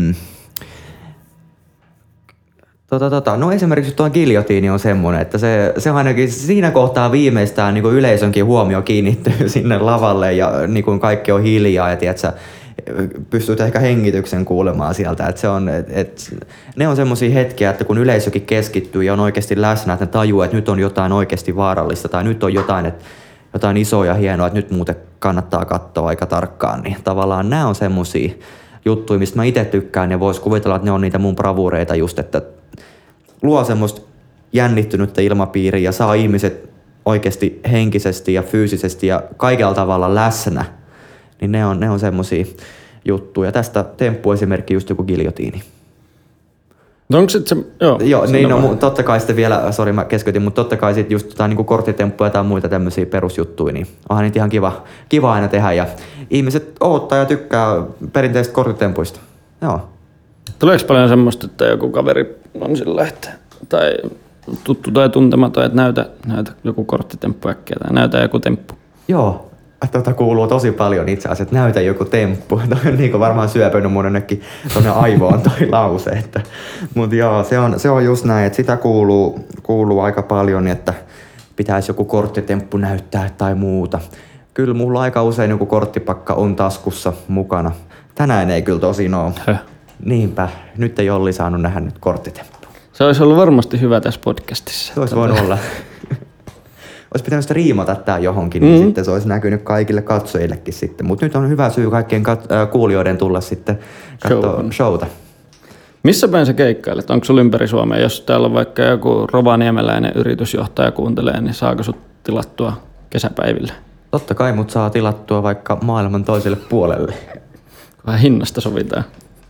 No esimerkiksi tuo giljotiini on semmoinen, että se on ainakin siinä kohtaa viimeistään niin kuin yleisönkin huomio kiinnittyy sinne lavalle ja niin kuin kaikki on hiljaa ja tiedätkö, pystyt ehkä hengityksen kuulemaan sieltä. Ne on semmoisia hetkiä, että kun yleisökin keskittyy ja on oikeasti läsnä, että ne tajuu, että nyt on jotain oikeasti vaarallista tai nyt on jotain isoa ja hienoa, että nyt muuten kannattaa katsoa aika tarkkaan. Niin tavallaan nämä on semmoisia juttuja, mistä mä itse tykkään ja vois kuvitella, että ne on niitä mun bravureita just, että luo semmoista jännittynyttä ilmapiiriä ja saa ihmiset oikeasti henkisesti ja fyysisesti ja kaikella tavalla läsnä. Niin ne on semmosia juttuja. Tästä temppuesimerkki just joku giljotiini. Onko sit se, joo niin totta kai sitten vielä, sori mä keskeytin, mutta totta kai sitten just niinku korttitemppuja tai muita tämmöisiä perusjuttuja, niin onhan niitä ihan kiva aina tehdä ja ihmiset odottaa ja tykkää perinteisistä korttitempuista. Joo. Tuleeko paljon semmoista, että joku kaveri on sillä, että tai tuttu tai tuntematon, että näytä joku korttitemppu äkkiä tai näytä joku temppu? Joo. Kuuluu tosi paljon itse asiassa, että näytä joku temppu. Toi on niin varmaan syöpönyt mun jonnekin tuonne aivoon toi lause. Mutta joo, se on just näin, että sitä kuuluu aika paljon, että pitäisi joku korttitemppu näyttää tai muuta. Kyllä mulla aika usein joku korttipakka on taskussa mukana. Tänään ei kyllä tosin ole. Niinpä, nyt ei Olli saanut nähdä nyt korttitemppu. Se olisi ollut varmasti hyvä tässä podcastissa. Se olisi voinut olla. Olisi pitänyt sitä riimata tää johonkin, niin sitten se olisi näkynyt kaikille katsojillekin sitten. Mutta nyt on hyvä syy kaikkien kuulijoiden tulla sitten katsoa showta. Missä päin sä keikkailet? Onko sulla ympäri Suomea? Jos täällä on vaikka joku rovaniemeläinen yritysjohtaja kuuntelee, niin saako sut tilattua kesäpäivillä? Totta kai mut saa tilattua vaikka maailman toiselle puolelle. Vähän hinnasta sovitaan.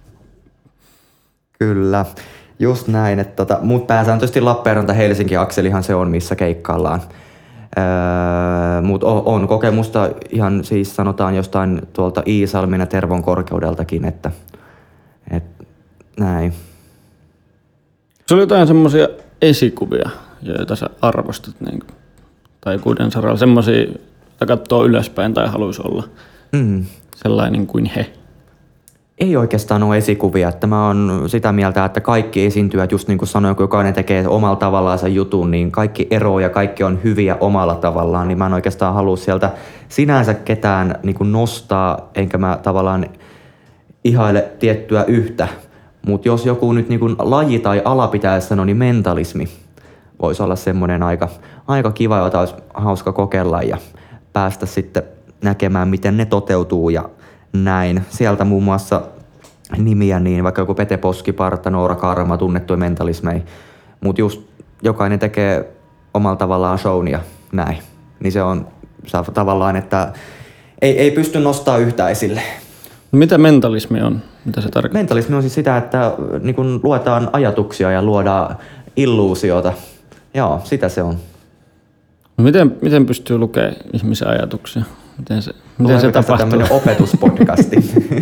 Kyllä, just näin. Mut pääsääntöisesti Lappeenranta-Helsinki-akselihan se on, missä keikkaillaan. Mutta on kokemusta ihan siis sanotaan jostain tuolta Iisalmen ja Tervon korkeudeltakin, että näin. Sulla on jotain semmoisia esikuvia, joita sä arvostat niin, tai kuuden saralla, semmoisia, joita katsoo ylöspäin tai haluaisi olla sellainen kuin he? Ei oikeastaan ole esikuvia, että mä oon sitä mieltä, että kaikki esiintyjät, just niin kuin sanoin, kun jokainen tekee omalla tavallaan sen jutun, niin kaikki eroaa ja kaikki on hyviä omalla tavallaan, niin mä en oikeastaan halua sieltä sinänsä ketään niin kuin nostaa, enkä mä tavallaan ihaile tiettyä yhtä, Mutta jos joku nyt niin kuin laji tai ala pitäisi sanoa, niin mentalismi voisi olla semmoinen aika kiva, jota olisi hauska kokeilla ja päästä sitten näkemään, miten ne toteutuu ja näin. Sieltä muun muassa nimiä, niin vaikka joku Pete Poskiparta, Noora Kaarma, tunnettuja mentalismeja, mutta just jokainen tekee omalla tavallaan shown ja näin. Niin se on tavallaan, että ei pysty nostaa yhtä esille. No mitä mentalismi on? Mitä se tarkoittaa? Mentalismi on siis sitä, että niin kun luetaan ajatuksia ja luodaan illuusiota. Joo, sitä se on. No miten pystyy lukemaan ihmisen ajatuksia? Miten se tapahtuu? Tämmöinen opetuspodcasti.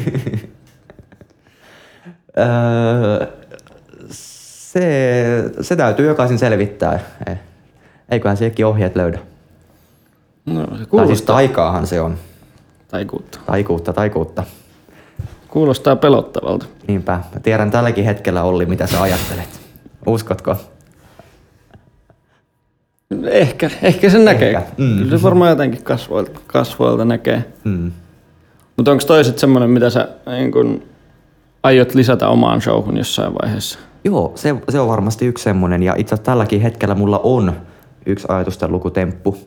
Se täytyy jokaisen selvittää. Eiköhän siihenkin ohjeet löydä. No, se tai siis taikaahan se on. Taikuutta. Kuulostaa pelottavalta. Niinpä. Mä tiedän tälläkin hetkellä, Olli, mitä sä ajattelet. Uskotko? Ehkä sen näkee. Kyllä se varmaan jotenkin kasvoilta näkee. Mutta onko toiset semmoinen, mitä sä niin kun aiot lisätä omaan showhun jossain vaiheessa? Joo, se on varmasti yksi semmoinen. Ja itse asiassa tälläkin hetkellä mulla on yksi ajatusten lukutemppu.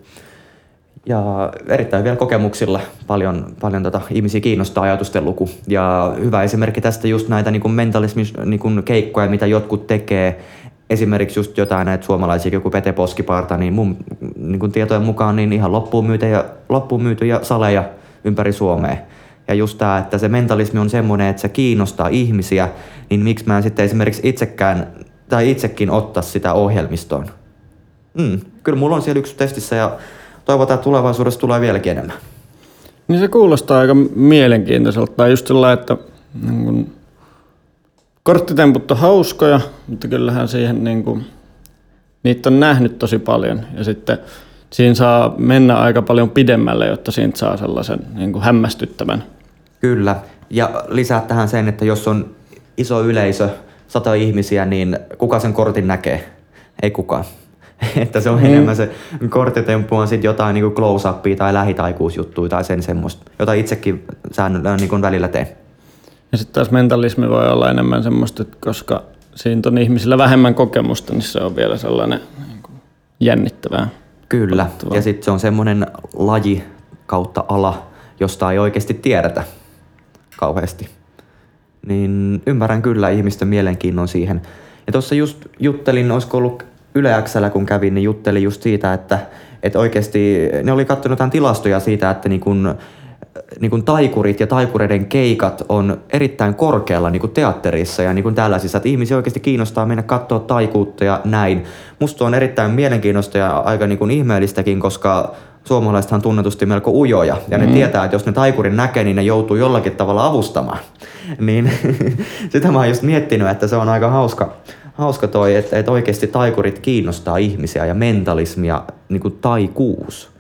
Ja erittäin vielä kokemuksilla paljon ihmisiä kiinnostaa ajatusten luku. Ja hyvä esimerkki tästä just näitä niin mentalismin keikkoja, mitä jotkut tekee. Esimerkiksi just jotain näitä suomalaisia, joku Pete Poskiparta, niin mun niin tietojen mukaan niin ihan loppuun myytyjä saleja ympäri Suomea. Ja just tää, että se mentalismi on semmoinen, että se kiinnostaa ihmisiä, niin miksi mä en sitten esimerkiksi itsekin ottaa sitä ohjelmistoon. Kyllä mulla on siellä yksi testissä ja toivotaan, että tulevaisuudessa tulee vieläkin enemmän. Niin se kuulostaa aika mielenkiintoiselta. Tai just sellainen, että niin kun, korttitemput on hauskoja, mutta kyllähän siihen niin kun, niitä on nähnyt tosi paljon. Ja sitten siinä saa mennä aika paljon pidemmälle, jotta siitä saa sellaisen niin kun hämmästyttävän. Kyllä. Ja lisää tähän sen, että jos on iso yleisö, 100 ihmisiä, niin kuka sen kortin näkee? Ei kukaan. Että se on enemmän se korttitemppu on sitten jotain niin close-upia tai lähitaikuusjuttuja tai sen semmoista, jota itsekin säännöllä niin välillä teen. Ja sitten taas mentalismi voi olla enemmän semmoista, että koska siinä on ihmisillä vähemmän kokemusta, niin se on vielä sellainen niin kuin jännittävää. Kyllä, ja sitten se on semmoinen laji kautta ala, josta ei oikeasti tiedetä kauheasti. Niin ymmärrän kyllä ihmisten mielenkiinnon siihen. Ja tuossa just juttelin, olisiko ollut Yle X:llä kun kävin, niin juttelin just siitä, että oikeasti ne oli katsonut jotain tilastoja siitä, että niin kun taikurit ja taikureiden keikat on erittäin korkealla niin kun teatterissa ja niin kun tällaisissa, että ihmisiä oikeasti kiinnostaa mennä katsoa taikuutta ja näin. Musta on erittäin mielenkiintoista ja aika niin kun ihmeellistäkin, koska suomalaisethan on tunnetusti melko ujoja ja ne tietää, että jos ne taikurin näkee, niin ne joutuu jollakin tavalla avustamaan. Niin sitä mä oon just miettinyt, että se on aika hauska toi, että oikeasti taikurit kiinnostaa ihmisiä ja mentalismia niin kuin taikuus.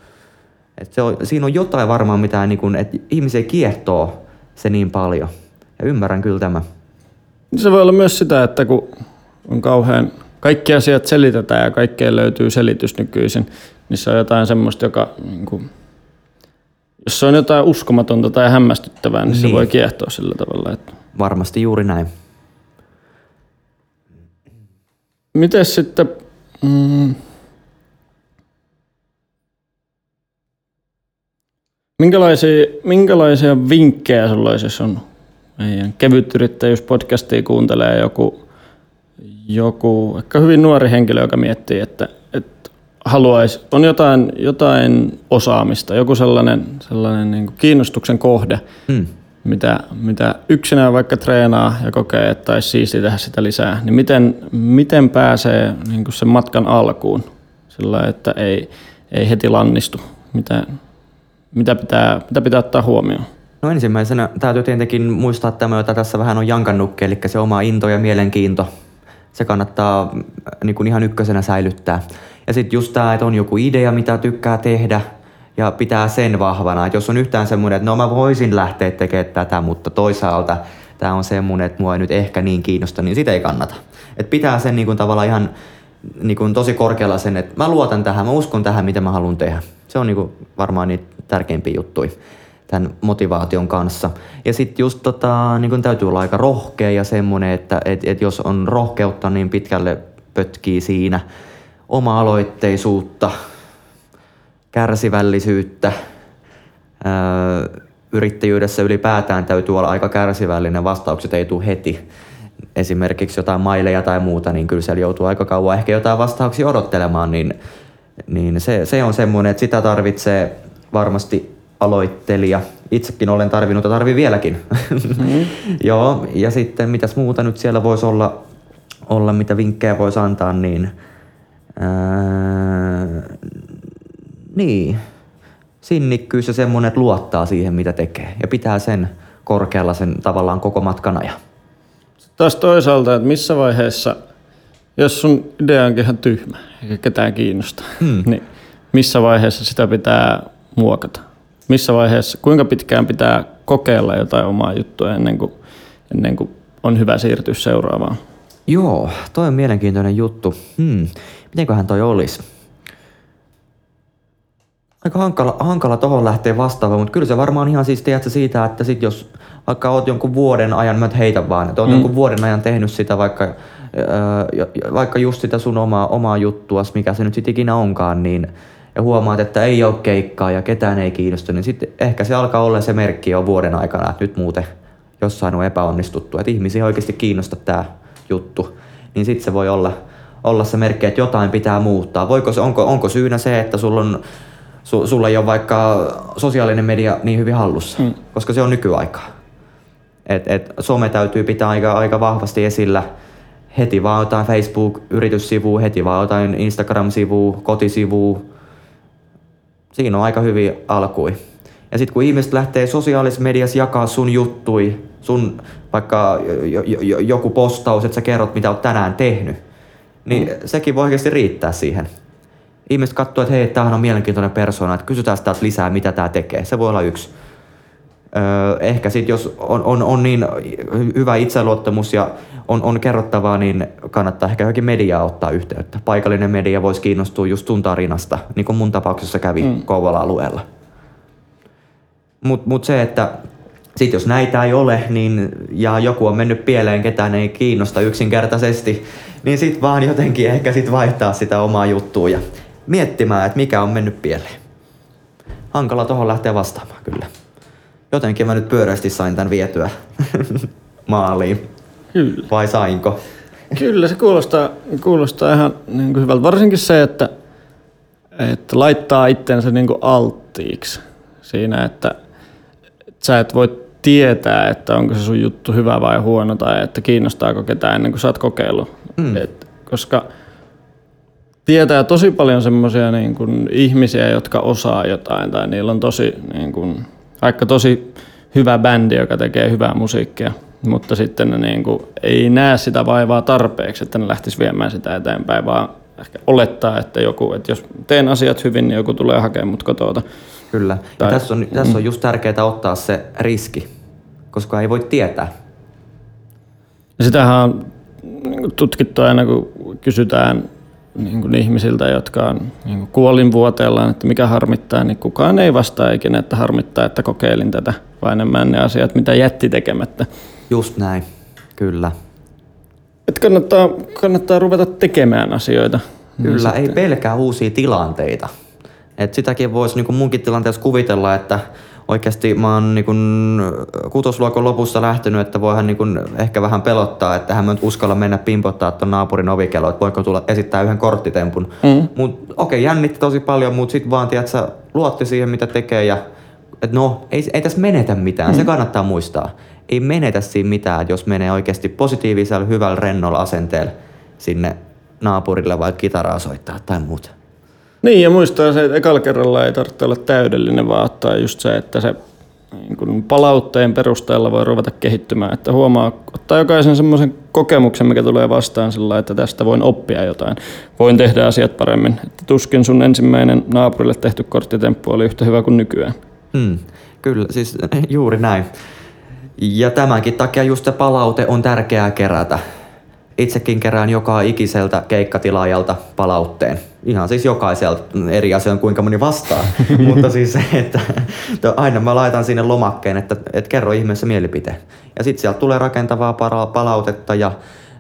Siinä on jotain varmaan mitään, niin kuin, että ihmisiä kiehtoo se niin paljon. Ja ymmärrän kyllä tämä. Se voi olla myös sitä, että kun on kauhean kaikki asiat selitetään ja kaikkeen löytyy selitys nykyisin, niin se on jotain semmoista, joka niin kuin, jos se on jotain uskomatonta tai hämmästyttävää, niin se voi kiehtoa sillä tavalla. Että varmasti juuri näin. Mites sitten, minkälaisia vinkkejä sulla olisi, jos on meidän kevytyrittäjyyspodcastia kuuntelee joku ehkä hyvin nuori henkilö, joka miettii, että haluaisi, on jotain osaamista, joku sellainen niin kuin kiinnostuksen kohde, mitä yksinään vaikka treenaa ja kokee, että olisi siistiä tehdä sitä lisää, niin miten pääsee niin kuin sen matkan alkuun sillä, että ei heti lannistu? Mitä pitää ottaa huomioon? No ensimmäisenä täytyy tietenkin muistaa tämä, jota tässä vähän on jankannutkin, eli se oma into ja mielenkiinto. Se kannattaa niin kuin ihan ykkösenä säilyttää. Ja sitten just tämä, että on joku idea, mitä tykkää tehdä ja pitää sen vahvana. Että jos on yhtään semmoinen, että no mä voisin lähteä tekemään tätä, mutta toisaalta tämä on semmoinen, että mua ei nyt ehkä niin kiinnosta, niin sitä ei kannata. Että pitää sen niin kuin tavallaan ihan niin kuin tosi korkealla sen, että mä luotan tähän, mä uskon tähän, mitä mä haluan tehdä. Se on niin kuin varmaan niitä tärkeimpiä juttuja. tämän motivaation kanssa. Ja sitten just niin kun täytyy olla aika rohkea ja semmoinen, että jos on rohkeutta, niin pitkälle pötkii siinä oma-aloitteisuutta, kärsivällisyyttä. Yrittäjyydessä ylipäätään täytyy olla aika kärsivällinen, vastaukset ei tule heti. Esimerkiksi jotain maileja tai muuta, niin kyllä siellä joutuu aika kauan ehkä jotain vastauksia odottelemaan, niin se on semmoinen, että sitä tarvitsee varmasti aloittelija. Itsekin olen tarvinnut ja tarvin vieläkin. Joo, ja sitten mitäs muuta nyt siellä voisi olla mitä vinkkejä voisi antaa, niin sinnikkyys ja semmoinen, että luottaa siihen, mitä tekee. Ja pitää sen korkealla sen tavallaan koko matkan ajan. Taas toisaalta, että missä vaiheessa, jos sun idea onkin ihan tyhmä eikä ketään kiinnosta, niin missä vaiheessa sitä pitää muokata? Missä vaiheessa, kuinka pitkään pitää kokeilla jotain omaa juttua ennen kuin on hyvä siirtyä seuraavaan? Joo, toi on mielenkiintoinen juttu. Mitenköhän toi olisi? Aika hankala tohon lähtee vastaamaan, mutta kyllä se varmaan ihan siis tiedätkö siitä, että sit jos vaikka oot jonkun vuoden ajan, mä heitän vaan, että oot jonkun vuoden ajan tehnyt sitä vaikka just sitä sun omaa juttuas, mikä se nyt sit ikinä onkaan, niin ja huomaat, että ei ole keikkaa ja ketään ei kiinnosta, niin sitten ehkä se alkaa olla se merkki jo vuoden aikana, että nyt muuten jossain on epäonnistuttu, että ihmisiä oikeasti kiinnosta tää juttu, niin sitten se voi olla se merkki, että jotain pitää muuttaa. Onko syynä se, että sulla ei ole vaikka sosiaalinen media niin hyvin hallussa, koska se on nykyaikaa. Et some täytyy pitää aika vahvasti esillä. Heti vaan jotain Facebook-yrityssivua, heti vaan jotain Instagram-sivua, kotisivua. Siinä on aika hyviä alkui. Ja sitten kun ihmiset lähtee sosiaalisessa mediassa jakaa sun juttui, sun vaikka joku postaus, että sä kerrot mitä oot tänään tehnyt, niin sekin voi oikeasti riittää siihen. Ihmiset katsoo, että hei, tämähän on mielenkiintoinen persoona, että kysytään sitä lisää, mitä tää tekee. Se voi olla yksi. Ehkä sitten jos on niin hyvä itseluottamus ja on kerrottavaa, niin kannattaa ehkä johonkin mediaa ottaa yhteyttä. Paikallinen media voisi kiinnostua just sun tarinasta, niin kuin mun tapauksessa kävi Kouvola-alueella. Mut se, että sit jos näitä ei ole niin, ja joku on mennyt pieleen, ketään ei kiinnosta yksinkertaisesti, niin sit vaan jotenkin ehkä sit vaihtaa sitä omaa juttua ja miettimään, että mikä on mennyt pieleen. Hankala tohon lähteä vastaamaan kyllä. Jotenkin mä nyt pyöreästi sain tän vietyä maaliin. Kyllä. Vai sainko? Kyllä se kuulostaa ihan niin kuin hyvältä. Varsinkin se, että laittaa itsensä niin kuin alttiiksi siinä, että sä et voi tietää, että onko se sun juttu hyvä vai huono tai että kiinnostaako ketään ennen kuin sä oot kokeillut. Koska tietää tosi paljon semmoisia niin kuin ihmisiä, jotka osaa jotain tai niillä on tosi, niin kuin, vaikka tosi hyvä bändi, joka tekee hyvää musiikkia, mutta sitten ne niin kuin, ei näe sitä vaivaa tarpeeksi, että ne lähtis viemään sitä eteenpäin, vaan ehkä olettaa, että jos teen asiat hyvin, niin joku tulee hakemaan mut kotoa. Kyllä. Ja tässä on just tärkeää ottaa se riski, koska ei voi tietää. Ja sitähän on tutkittu aina, kun kysytään niin kuin ihmisiltä, jotka on niin kuin kuolinvuoteellaan, että mikä harmittaa, niin kukaan ei vastaa ikinä, että harmittaa, että kokeilin tätä, vaan enemmän ne asiat, mitä jätti tekemättä. Just näin, kyllä. Että kannattaa ruveta tekemään asioita. Kyllä, ei pelkää uusia tilanteita. Et sitäkin voisi niin kuin munkin tilanteessa kuvitella, että oikeasti mä oon niin kuin kutosluokan lopussa lähtenyt, että voihan niin kuin ehkä vähän pelottaa, että hän mä nyt uskalla mennä pimpottaa ton naapurin ovikelloon, että voiko tulla esittää yhden korttitempun. Mut okei, jännitti tosi paljon, mutta sit vaan tiedätkö, luotti siihen mitä tekee ja että no, ei tässä menetä mitään, se kannattaa muistaa. Ei menetä siinä mitään, jos menee oikeasti positiivisella, hyvällä, rennolla asenteella sinne naapurille vaikka kitaraa soittaa tai muuta. Niin, ja muistaa se, että ekalla kerralla ei tarvitse olla täydellinen, vaan ottaa just se, että se niin kun palautteen perusteella voi ruveta kehittymään. Että huomaa, ottaa jokaisen semmoisen kokemuksen, mikä tulee vastaan sillä lailla, että tästä voin oppia jotain. Voin tehdä asiat paremmin. Että tuskin sun ensimmäinen naapurille tehty korttitemppu oli yhtä hyvä kuin nykyään. Kyllä, siis juuri näin. Ja tämänkin takia just se palaute on tärkeää kerätä. itsekin kerään joka ikiseltä keikkatilaajalta palautteen. Ihan siis jokaiselta, eri asia on kuinka moni vastaa. Mutta siis se, että aina mä laitan sinne lomakkeen, että kerro ihmeessä mielipiteen. Ja sitten sieltä tulee rakentavaa palautetta ja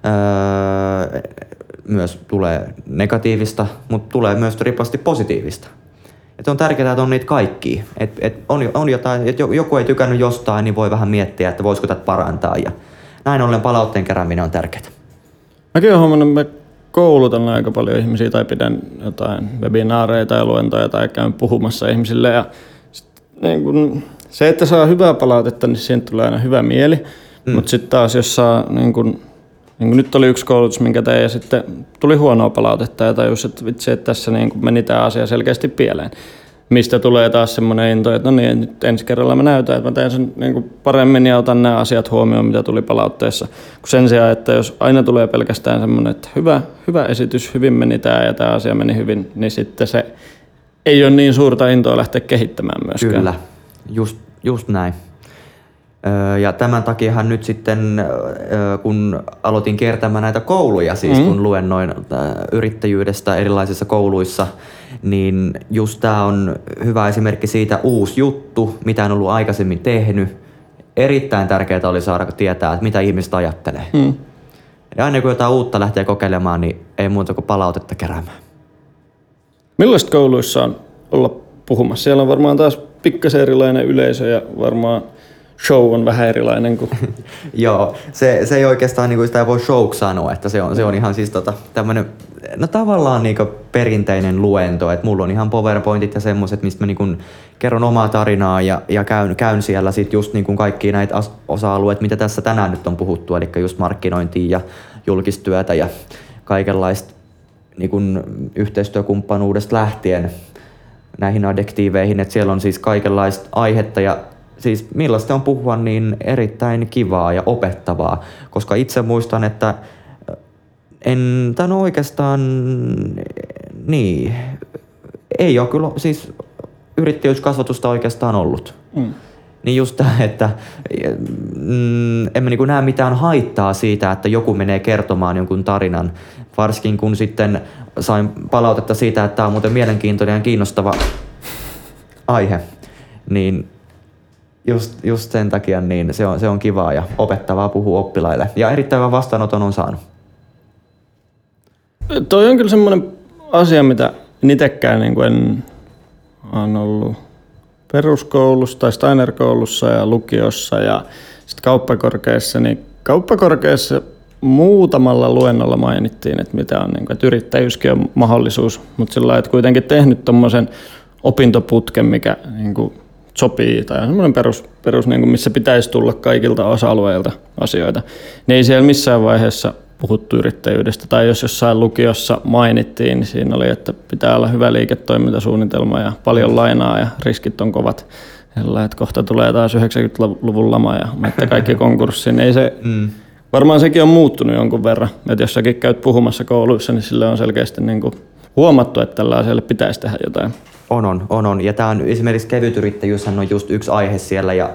myös tulee negatiivista, mutta tulee myös ripasti positiivista. Et on tärkeää, että on niitä kaikkia. On jotain, että joku ei tykännyt jostain, niin voi vähän miettiä, että voisiko tätä parantaa. Ja näin ollen palautteen kerääminen on tärkeää. Mäkin olen huomannut, että mä koulutan aika paljon ihmisiä tai pidän jotain webinaareja tai luentoja tai käyn puhumassa ihmisille. Ja niin kun se, että saa hyvää palautetta, niin siihen tulee aina hyvä mieli. Mutta sitten taas, jos saa, niin kun nyt oli yksi koulutus, minkä tein, ja sitten tuli huonoa palautetta ja tajus, että vitsi, että tässä niin meni tämä asia selkeästi pieleen. Mistä tulee taas semmoinen into, että no niin, nyt ensi kerralla mä näytän, että mä teen sen niin paremmin ja otan nämä asiat huomioon, mitä tuli palautteessa. Kun sen sijaan, että jos aina tulee pelkästään semmoinen, että hyvä esitys, hyvin meni tämä ja tämä asia meni hyvin, niin sitten se ei ole niin suurta intoa lähteä kehittämään myöskään. Kyllä, just näin. Ja tämän takiahan nyt sitten, kun aloitin kiertämään näitä kouluja, siis kun luennoin yrittäjyydestä erilaisissa kouluissa, niin just tämä on hyvä esimerkki siitä uusi juttu, mitä en ollut aikaisemmin tehnyt. Erittäin tärkeää oli saada tietää, että mitä ihmiset ajattelee. Ja aina kun jotain uutta lähtee kokeilemaan, niin ei muuta kuin palautetta keräämään. Millaista kouluissa on olla puhumassa? Siellä on varmaan taas pikkasen erilainen yleisö ja varmaan show on vähän erilainen kuin... Joo, se ei oikeastaan niin kuin sitä voi show sanoa, että se on ihan siis tämmönen, no tavallaan niin kuin perinteinen luento, että mulla on ihan PowerPointit ja semmoiset, mistä mä niin kuin kerron omaa tarinaa ja käyn siellä sit just niin kuin kaikkia näitä osa-alueita, mitä tässä tänään nyt on puhuttu, eli just markkinointia ja julkistyötä ja kaikenlaista niin kuin yhteistyökumppanuudesta lähtien näihin adjektiiveihin, että siellä on siis kaikenlaista aihetta ja siis millaista on puhua, niin erittäin kivaa ja opettavaa, koska itse muistan, että oikeastaan, niin, ei ole kyllä siis yrittäjyyskasvatusta oikeastaan ollut. Niin just tämä, että emme niin näe mitään haittaa siitä, että joku menee kertomaan jonkun tarinan, varsinkin kun sitten sain palautetta siitä, että tämä on muuten mielenkiintoinen ja kiinnostava aihe, niin just sen takia niin se on kivaa ja opettavaa puhua oppilaille. Ja erittäin hyvän vastaanoton on saanut. Toi on kyllä semmoinen asia, mitä itsekään niin en olen ollut peruskoulussa tai Steiner-koulussa ja lukiossa ja sitten kauppakorkeassa. Niin kauppakorkeassa muutamalla luennolla mainittiin, että mitä on, että yrittäjyyskin on mahdollisuus, mutta sillä lailla, että kuitenkin tehnyt tommosen opintoputken, mikä sopii tai on semmoinen perus missä pitäisi tulla kaikilta osa-alueilta asioita. Niin ei siellä missään vaiheessa puhuttu yrittäjyydestä. Tai jos jossain lukiossa mainittiin, niin siinä oli, että pitää olla hyvä liiketoimintasuunnitelma ja paljon lainaa ja riskit on kovat. Että kohta tulee taas 90-luvun lama ja menette kaikki konkurssiin. Ei se, varmaan sekin on muuttunut jonkun verran. Että jos säkin käyt puhumassa kouluissa, niin sille on selkeästi huomattu, että tällä asialle pitäisi tehdä jotain. On. Ja tämä on esimerkiksi kevytyrittäjyyshän on just yksi aihe siellä ja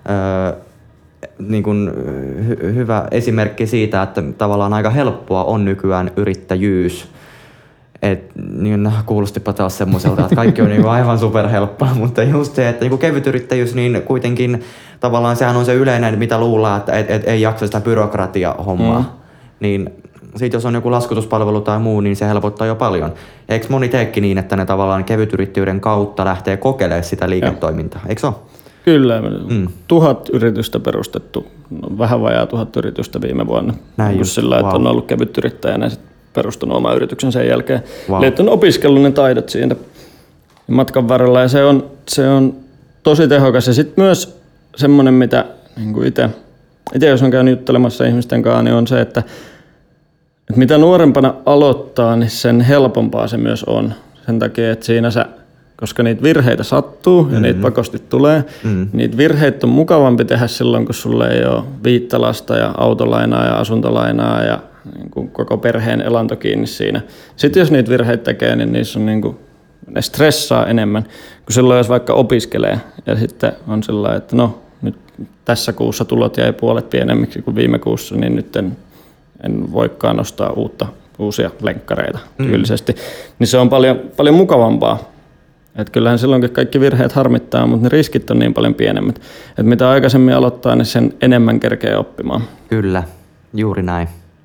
niin kuin hyvä esimerkki siitä, että tavallaan aika helppoa on nykyään yrittäjyys. Niin kuulostipa taas semmoiselta, että kaikki on niin aivan superhelppoa, mutta just se, että niin kevytyrittäjyys, niin kuitenkin tavallaan sehän on se yleinen, mitä luullaan, että ei jaksa sitä byrokratia-hommaa. Niin sitten jos on joku laskutuspalvelu tai muu, niin se helpottaa jo paljon. Ja eikö moni teekki niin, että ne tavallaan kevytyrittäjyyden kautta lähtee kokeilemaan sitä liiketoimintaa, eikö se ole? Kyllä, 1000 yritystä perustettu, vähän vajaa 1000 yritystä viime vuonna. Näin just, sillä, että on ollut kevytyrittäjänä ja perustanut oman yrityksen sen jälkeen. Eli että on opiskellut ne taidot siitä matkan varrella ja se on tosi tehokas. Ja sitten myös semmoinen, mitä niin itse jos on käynyt juttelemassa ihmisten kanssa, niin on se, että mitä nuorempana aloittaa, niin sen helpompaa se myös on. Sen takia, että siinä koska niitä virheitä sattuu ja niitä pakosti tulee, niitä virheitä on mukavampi tehdä silloin, kun sulla ei ole viittalasta ja autolainaa ja asuntolainaa ja niin koko perheen elanto kiinni siinä. Sitten jos niitä virheitä tekee, niin niissä on ne stressaa enemmän kuin silloin, jos vaikka opiskelee ja sitten on sellainen, että no nyt tässä kuussa tulot jäi puolet pienemmiksi kuin viime kuussa, niin nyt en voikaan ostaa uusia lenkkareita tyylisesti, niin se on paljon mukavampaa. Et kyllähän silloinkin kaikki virheet harmittaa, mutta ne riskit on niin paljon pienemmät. Et mitä aikaisemmin aloittaa, niin sen enemmän kerkee oppimaan. Kyllä, juuri näin.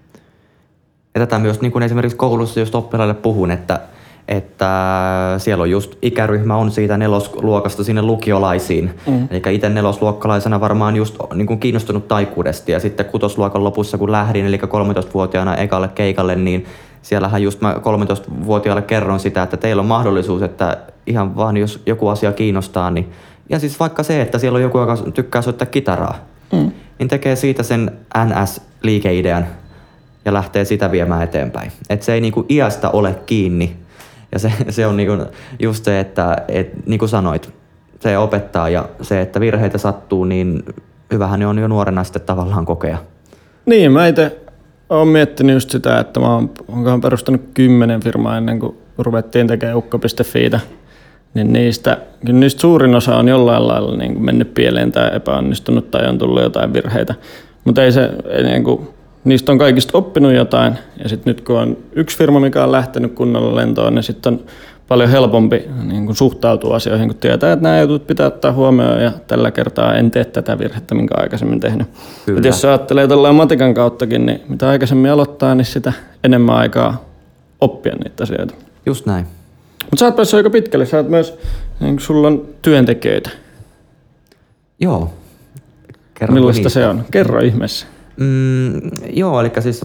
Ja tätä myös niin kuin esimerkiksi koulussa just oppilaille puhun, että siellä on just ikäryhmä on siitä 4. luokasta sinne lukiolaisiin. Eli itse 4-luokkalaisena varmaan just niin kuin kiinnostunut taikuudesta. Ja sitten 6. luokan lopussa kun lähdin, eli 13-vuotiaana ekalle keikalle, niin siellähän just mä 13-vuotiaalle kerron sitä, että teillä on mahdollisuus, että ihan vaan jos joku asia kiinnostaa, niin ja siis vaikka se, että siellä on joku, joka tykkää soittaa kitaraa, niin tekee siitä sen NS-liikeidean ja lähtee sitä viemään eteenpäin. Että se ei niinku iästä ole kiinni. Ja se on niinku just se, että niin kuin sanoit, se opettaa ja se, että virheitä sattuu, niin hyvähän ne on jo nuorena sitten tavallaan kokea. Niin, mä itse olen miettinyt just sitä, että mä oonkohan perustanut 10 firmaa ennen kuin ruvettiin tekemään ukko.fiitä. Niin niistä suurin osa on jollain lailla niin kuin mennyt pieleen tai epäonnistunut tai on tullut jotain virheitä. Mutta niistä on kaikista oppinut jotain. Ja sitten nyt kun on yksi firma, mikä on lähtenyt kunnolla lentoon, niin sitten on paljon helpompi niin kuin suhtautua asioihin, kun tietää, että nämä jutut pitää ottaa huomioon ja tällä kertaa en tee tätä virhettä, minkä aikaisemmin tehnyt. Et jos sä ajattelee tällainen matikan kauttakin, niin mitä aikaisemmin aloittaa, niin sitä enemmän aikaa oppia niitä asioita. Just näin. Mutta sä oot päässyt aika pitkälle. Sä oot myös, niin sulla on työntekijöitä. Joo. Millaista se on? Kerro ihmeessä. Joo, eli siis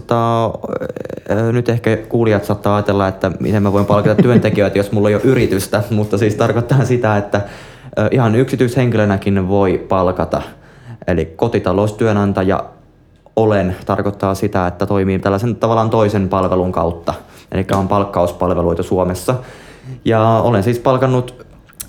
nyt ehkä kuulijat saattaa ajatella, että miten mä voin palkata työntekijöitä, jos mulla ei ole yritystä, mutta siis tarkoittaa sitä, että ihan yksityishenkilönäkin voi palkata. Eli kotitaloustyönantaja tarkoittaa sitä, että toimii tällaisen tavallaan toisen palvelun kautta, eli on palkkauspalveluita Suomessa. Ja olen siis palkannut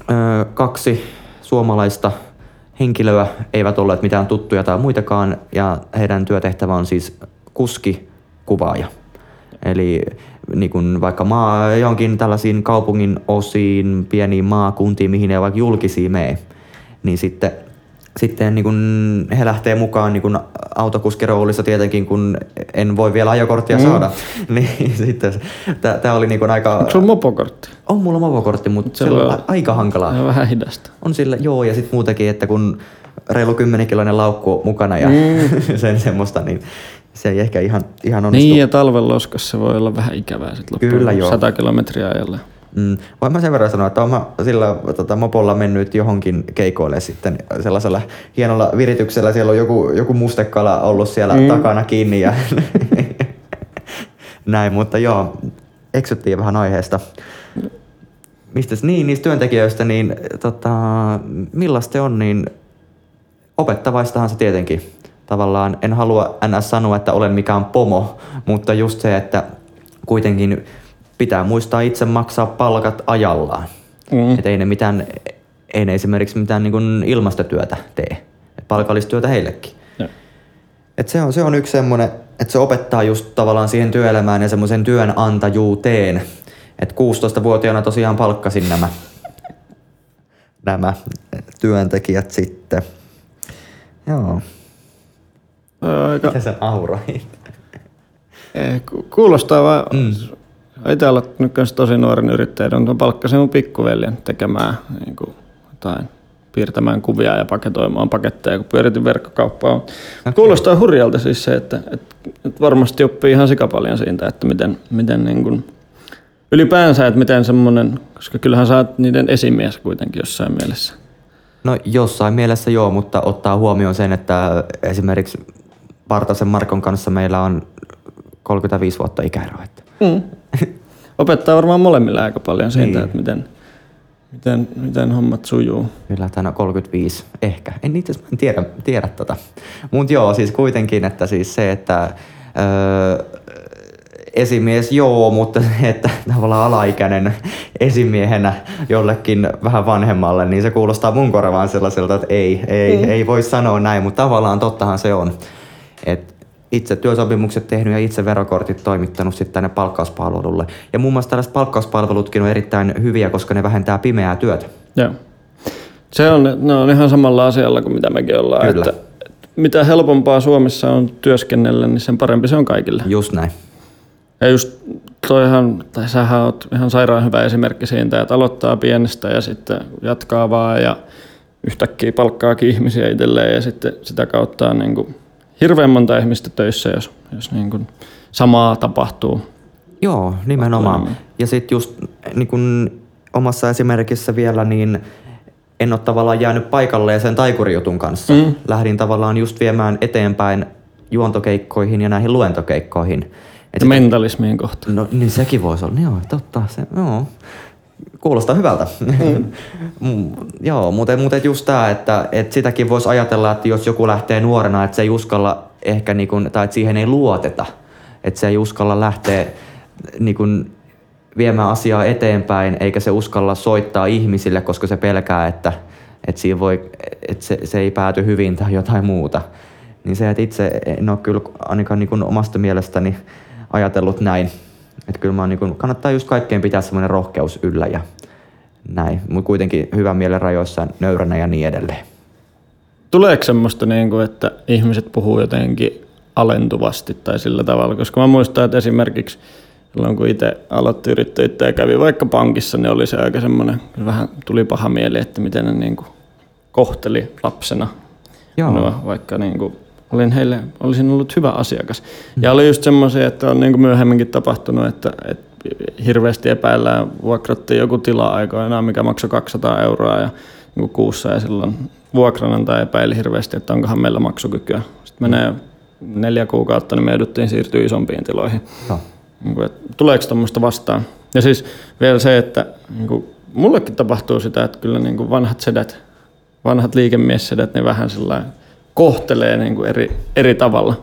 2 suomalaista henkilöä, eivät olleet mitään tuttuja tai muitakaan, ja heidän työtehtävä on siis kuski, kuvaaja. Eli niin kun vaikka johonkin tällaisiin kaupungin osiin, pieniin maakuntiin, mihin ei vaikka julkisia mene, niin sitten niin kun he lähtee mukaan niin kun autokuskiroolissa tietenkin, kun en voi vielä ajokorttia saada, niin sitten tämä oli niin kun aika... Onko sulla mopokortti? On mulla mopokortti, mutta se on aika hankalaa. On vähän hidasta. On sillä, joo, ja sitten muutenkin, että kun reilu 10-kiloinen laukku mukana ja sen semmoista, niin se ei ehkä ihan onnistu. Niin, ja talven loskassa se voi olla vähän ikävää sitten loppuun. Kyllä joo. 100 kilometriä ajalla. Voin mä sen verran sanoa, että olen sillä mopolla mennyt johonkin keikoille sitten sellaisella hienolla virityksellä. Siellä on joku mustekala ollut siellä takana kiinni ja näin, mutta joo, eksyttiin vähän aiheesta. Mistäs niin, niistä työntekijöistä, niin millaista on, niin opettavaistahan se tietenkin. Tavallaan en halua ns. Sanoa, että olen mikään pomo, mutta just se, että kuitenkin pitää muistaa itse maksaa palkat ajallaan. Että ei ne esimerkiksi mitään niin kuin ilmastotyötä tee. Et palkallistyötä heillekin. Et se on yksi semmoinen, että se opettaa just tavallaan siihen työelämään ja semmoisen työnantajuuteen. Että 16-vuotiaana tosiaan palkkasin nämä työntekijät sitten. Joo. Mitä sä nauroit? Kuulostaa vaan... Itse olet nyt kanssa tosi nuoren yrittäjän, mutta palkkasin mun pikkuveljen tekemään niin kuin jotain, piirtämään kuvia ja paketoimaan paketteja, kun pyöritin verkkokauppaa. Okay. Kuulostaa hurjalta siis se, että varmasti oppii ihan sikapaljon siitä, että miten niin kuin, ylipäänsä, että miten semmoinen, koska kyllähän sä oot niiden esimies kuitenkin jossain mielessä. No jossain mielessä joo, mutta ottaa huomioon sen, että esimerkiksi Partasen Markon kanssa meillä on 35 vuotta ikäeroa. Opettaa varmaan molemmilla aika paljon siitä, niin. Että miten hommat sujuu. Kyllä tänä 35 ehkä. En itse asiassa tiedä tota. Mutta joo, siis kuitenkin, että siis se, että esimies joo, mutta että tavallaan alaikäinen esimiehenä jollekin vähän vanhemmalle, niin se kuulostaa mun korvaan sellaiselta, että ei voi sanoa näin, mutta tavallaan tottahan se on. Et itse työsopimukset tehnyt ja itse verokortit toimittanut sitten tänne palkkauspalvelulle. Ja muun muassa tällaiset palkkauspalvelutkin on erittäin hyviä, koska ne vähentää pimeää työtä. Joo. Ne on ihan samalla asialla kuin mitä mekin ollaan. Kyllä. Että mitä helpompaa Suomessa on työskennellä, niin sen parempi se on kaikille. Just näin. Ja just sähän oot ihan sairaan hyvä esimerkki siitä, että aloittaa pienestä ja sitten jatkaa vaan ja yhtäkkiä palkkaakin ihmisiä itselleen ja sitten sitä kautta on niin kuin hirveän monta ihmistä töissä, jos niin kuin samaa tapahtuu. Joo, nimenomaan. Ja sitten just niin kun omassa esimerkissä vielä, niin en ole tavallaan jäänyt paikalle sen taikurijutun kanssa. Lähdin tavallaan just viemään eteenpäin juontokeikkoihin ja näihin luentokeikkoihin. Ja mentalismiin kohta. No niin sekin voisi olla. Joo, totta. Joo. Kuulostaa hyvältä. Joo, mutta just tämä, että sitäkin voisi ajatella, että jos joku lähtee nuorena, että se ei uskalla ehkä, tai että siihen ei luoteta. Että se ei uskalla lähteä viemään asiaa eteenpäin, eikä se uskalla soittaa ihmisille, koska se pelkää, että se ei pääty hyvin tai jotain muuta. Niin se, että itse en ole kyllä ainakaan omasta mielestäni ajatellut näin. Että kyllä mä kannattaa just kaikkeen pitää semmoinen rohkeus yllä ja näin. Mutta kuitenkin hyvän mielen rajoissa, nöyränä ja niin edelleen. Tuleeko semmoista, että ihmiset puhuu jotenkin alentuvasti tai sillä tavalla? Koska mä muistan, että esimerkiksi silloin kun itse aloitti yrittäjyyttä ja kävi vaikka pankissa, niin oli se aika semmoinen, vähän tuli paha mieli, että miten ne kohteli lapsena. Minua, vaikka olisin ollut hyvä asiakas. Ja oli just semmoisia, että on myöhemminkin tapahtunut, että hirveästi epäillään, vuokrattiin joku tila aikoinaan, mikä maksoi 200 euroa ja kuussa ja silloin vuokranantaja epäili hirveästi, että onkohan meillä maksukykyä. Sitten menee 4 kuukautta, niin me jouduttiin siirtyä isompiin tiloihin. Tuleeko tuommoista vastaan? Ja siis vielä se, että mullekin tapahtuu sitä, että kyllä vanhat sedät, vanhat liikemiessedät, ne vähän sellainen kohtelee eri tavalla.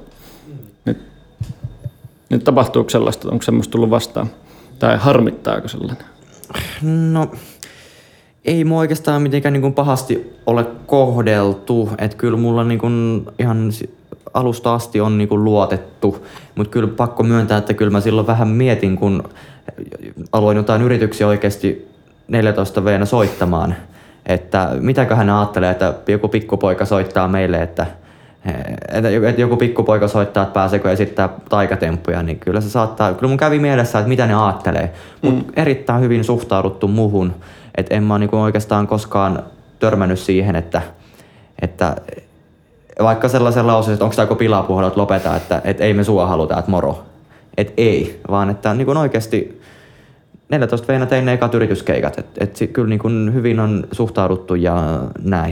Nyt tapahtuuko sellaista, onko semmoista tullut vastaan? Tai harmittaako sellainen? No, ei mua oikeastaan mitenkään pahasti ole kohdeltu. Että kyllä mulla ihan alusta asti on luotettu. Mutta kyllä pakko myöntää, että kyllä mä silloin vähän mietin, kun aloin jotain yrityksiä oikeasti 14-vuotiaana soittamaan. Että mitäköhän ne ajattelee, että joku pikkupoika soittaa meille, että joku pikkupoika soittaa, että pääseekö esittää taikatemppuja, niin kyllä se saattaa, kyllä mun kävi mielessä, että mitä ne ajattelee. Mutta erittäin hyvin suhtauduttu muhun, että en mä oikeastaan koskaan törmännyt siihen, että vaikka sellaisen lauseen, että onko tämä joku pilapuhelu, että lopeta, että ei me sua haluta, että moro. Että ei, vaan että oikeasti 14-vuotiaana tein ne ekat yrityskeikat, että kyllä hyvin on suhtauduttu ja näin.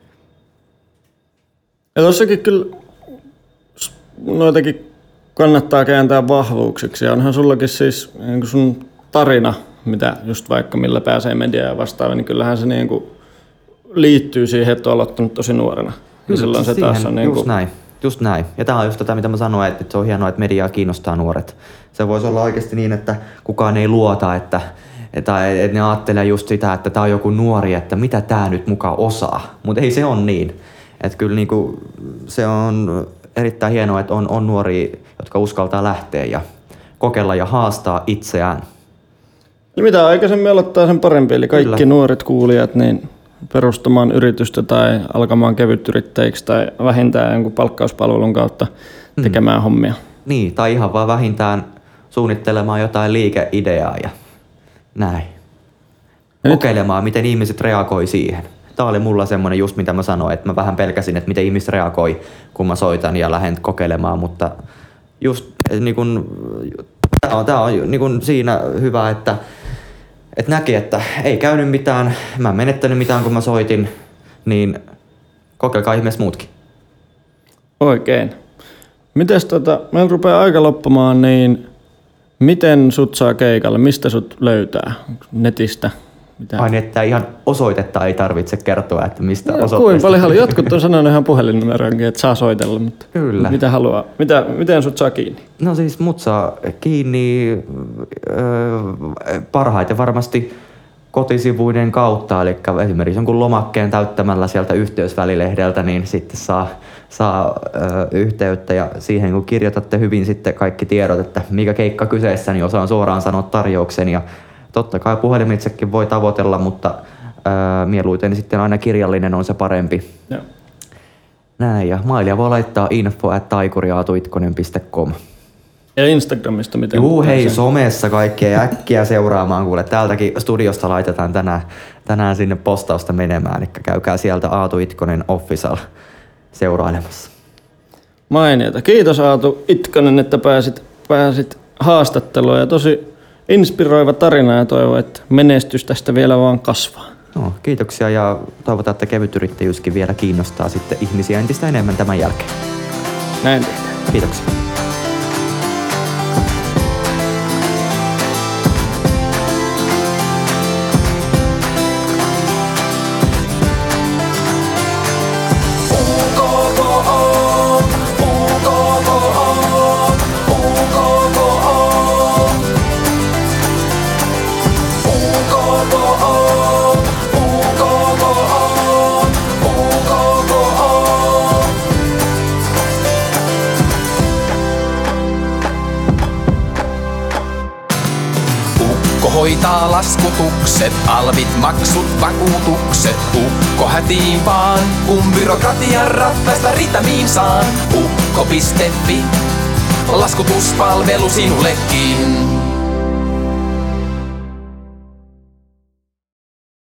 Ja tossakin kyllä noitakin kannattaa kääntää vahvuuksiksi. Ja onhan sullakin siis sun tarina, mitä just vaikka millä pääsee mediaan ja vastaava, niin kyllähän se liittyy siihen, että on aloittanut tosi nuorena. Ja silloin se taas on Just näin. Ja tämä on just tätä, mitä mä sanoin, että se on hienoa, että mediaa kiinnostaa nuoret. Se voisi olla oikeasti niin, että kukaan ei luota, tai ne ajattelee just sitä, että tämä on joku nuori, että mitä tämä nyt mukaan osaa. Mutta ei se on niin. Että kyllä se on erittäin hienoa, että on nuoria, jotka uskaltaa lähteä ja kokeilla ja haastaa itseään. Ja mitä aikaisemmin aloittaa, sen parempi. Eli kaikki kyllä. Nuoret kuulijat niin perustamaan yritystä tai alkamaan kevytyrittäjiksi tai vähintään jonkun palkkauspalvelun kautta tekemään hommia. Niin, tai ihan vaan vähintään suunnittelemaan jotain liikeideaa ja näin. Ja kokeilemaan, miten ihmiset reagoi siihen. Tämä oli mulla semmoinen just mitä mä sanoin, että mä vähän pelkäsin, että miten ihmiset reagoi, kun mä soitan ja lähden kokeilemaan, mutta just tämä on siinä hyvä, että näki, että ei käynyt mitään, mä en menettänyt mitään, kun mä soitin, niin kokeilkaa ihmeessä muutkin. Oikein. Mites meillä rupeaa aika loppumaan, niin miten sut saa keikalle? Mistä sut löytää? Netistä? Mitä? Ai niin, että ihan osoitetta ei tarvitse kertoa, että mistä osoitteesta. Kuinka paljon jotkut on sanonut ihan puhelinnumeroonkin, että saa soitella, mutta kyllä. Mitä haluaa? Miten sut saa kiinni? No siis mut saa kiinni parhaiten varmasti kotisivuiden kautta, eli esimerkiksi jonkun lomakkeen täyttämällä sieltä yhteysvälilehdeltä, niin sitten saa yhteyttä ja siihen kun kirjoitatte hyvin sitten kaikki tiedot, että mikä keikka kyseessä, niin osaan suoraan sanoa tarjouksen ja totta kai puhelimitsekin voi tavoitella, mutta mieluiten sitten aina kirjallinen on se parempi. Näin, ja mailia voi laittaa info@taikuriaatuitkonen.com. Ja Instagramista miten? Juu, hei, somessa kaikkea äkkiä seuraamaan, kuule. Täältäkin studiosta laitetaan tänään sinne postausta menemään, eli käykää sieltä Aatu Itkonen Official seurailemassa. Mainiota. Kiitos Aatu Itkonen, että pääsit haastatteluun ja tosi inspiroiva tarina ja toivon, että menestys tästä vielä vaan kasvaa. No, kiitoksia ja toivotaan, että kevytyrittäjyyskin vielä kiinnostaa sitten ihmisiä entistä enemmän tämän jälkeen. Näin tehdään. Kiitoksia. Hoitaa laskutukset, alvit, maksut, vakuutukset. Ukko hätiin vaan, kun byrokratian rattaista ritamiin saan. Ukko.fi, laskutuspalvelu sinullekin.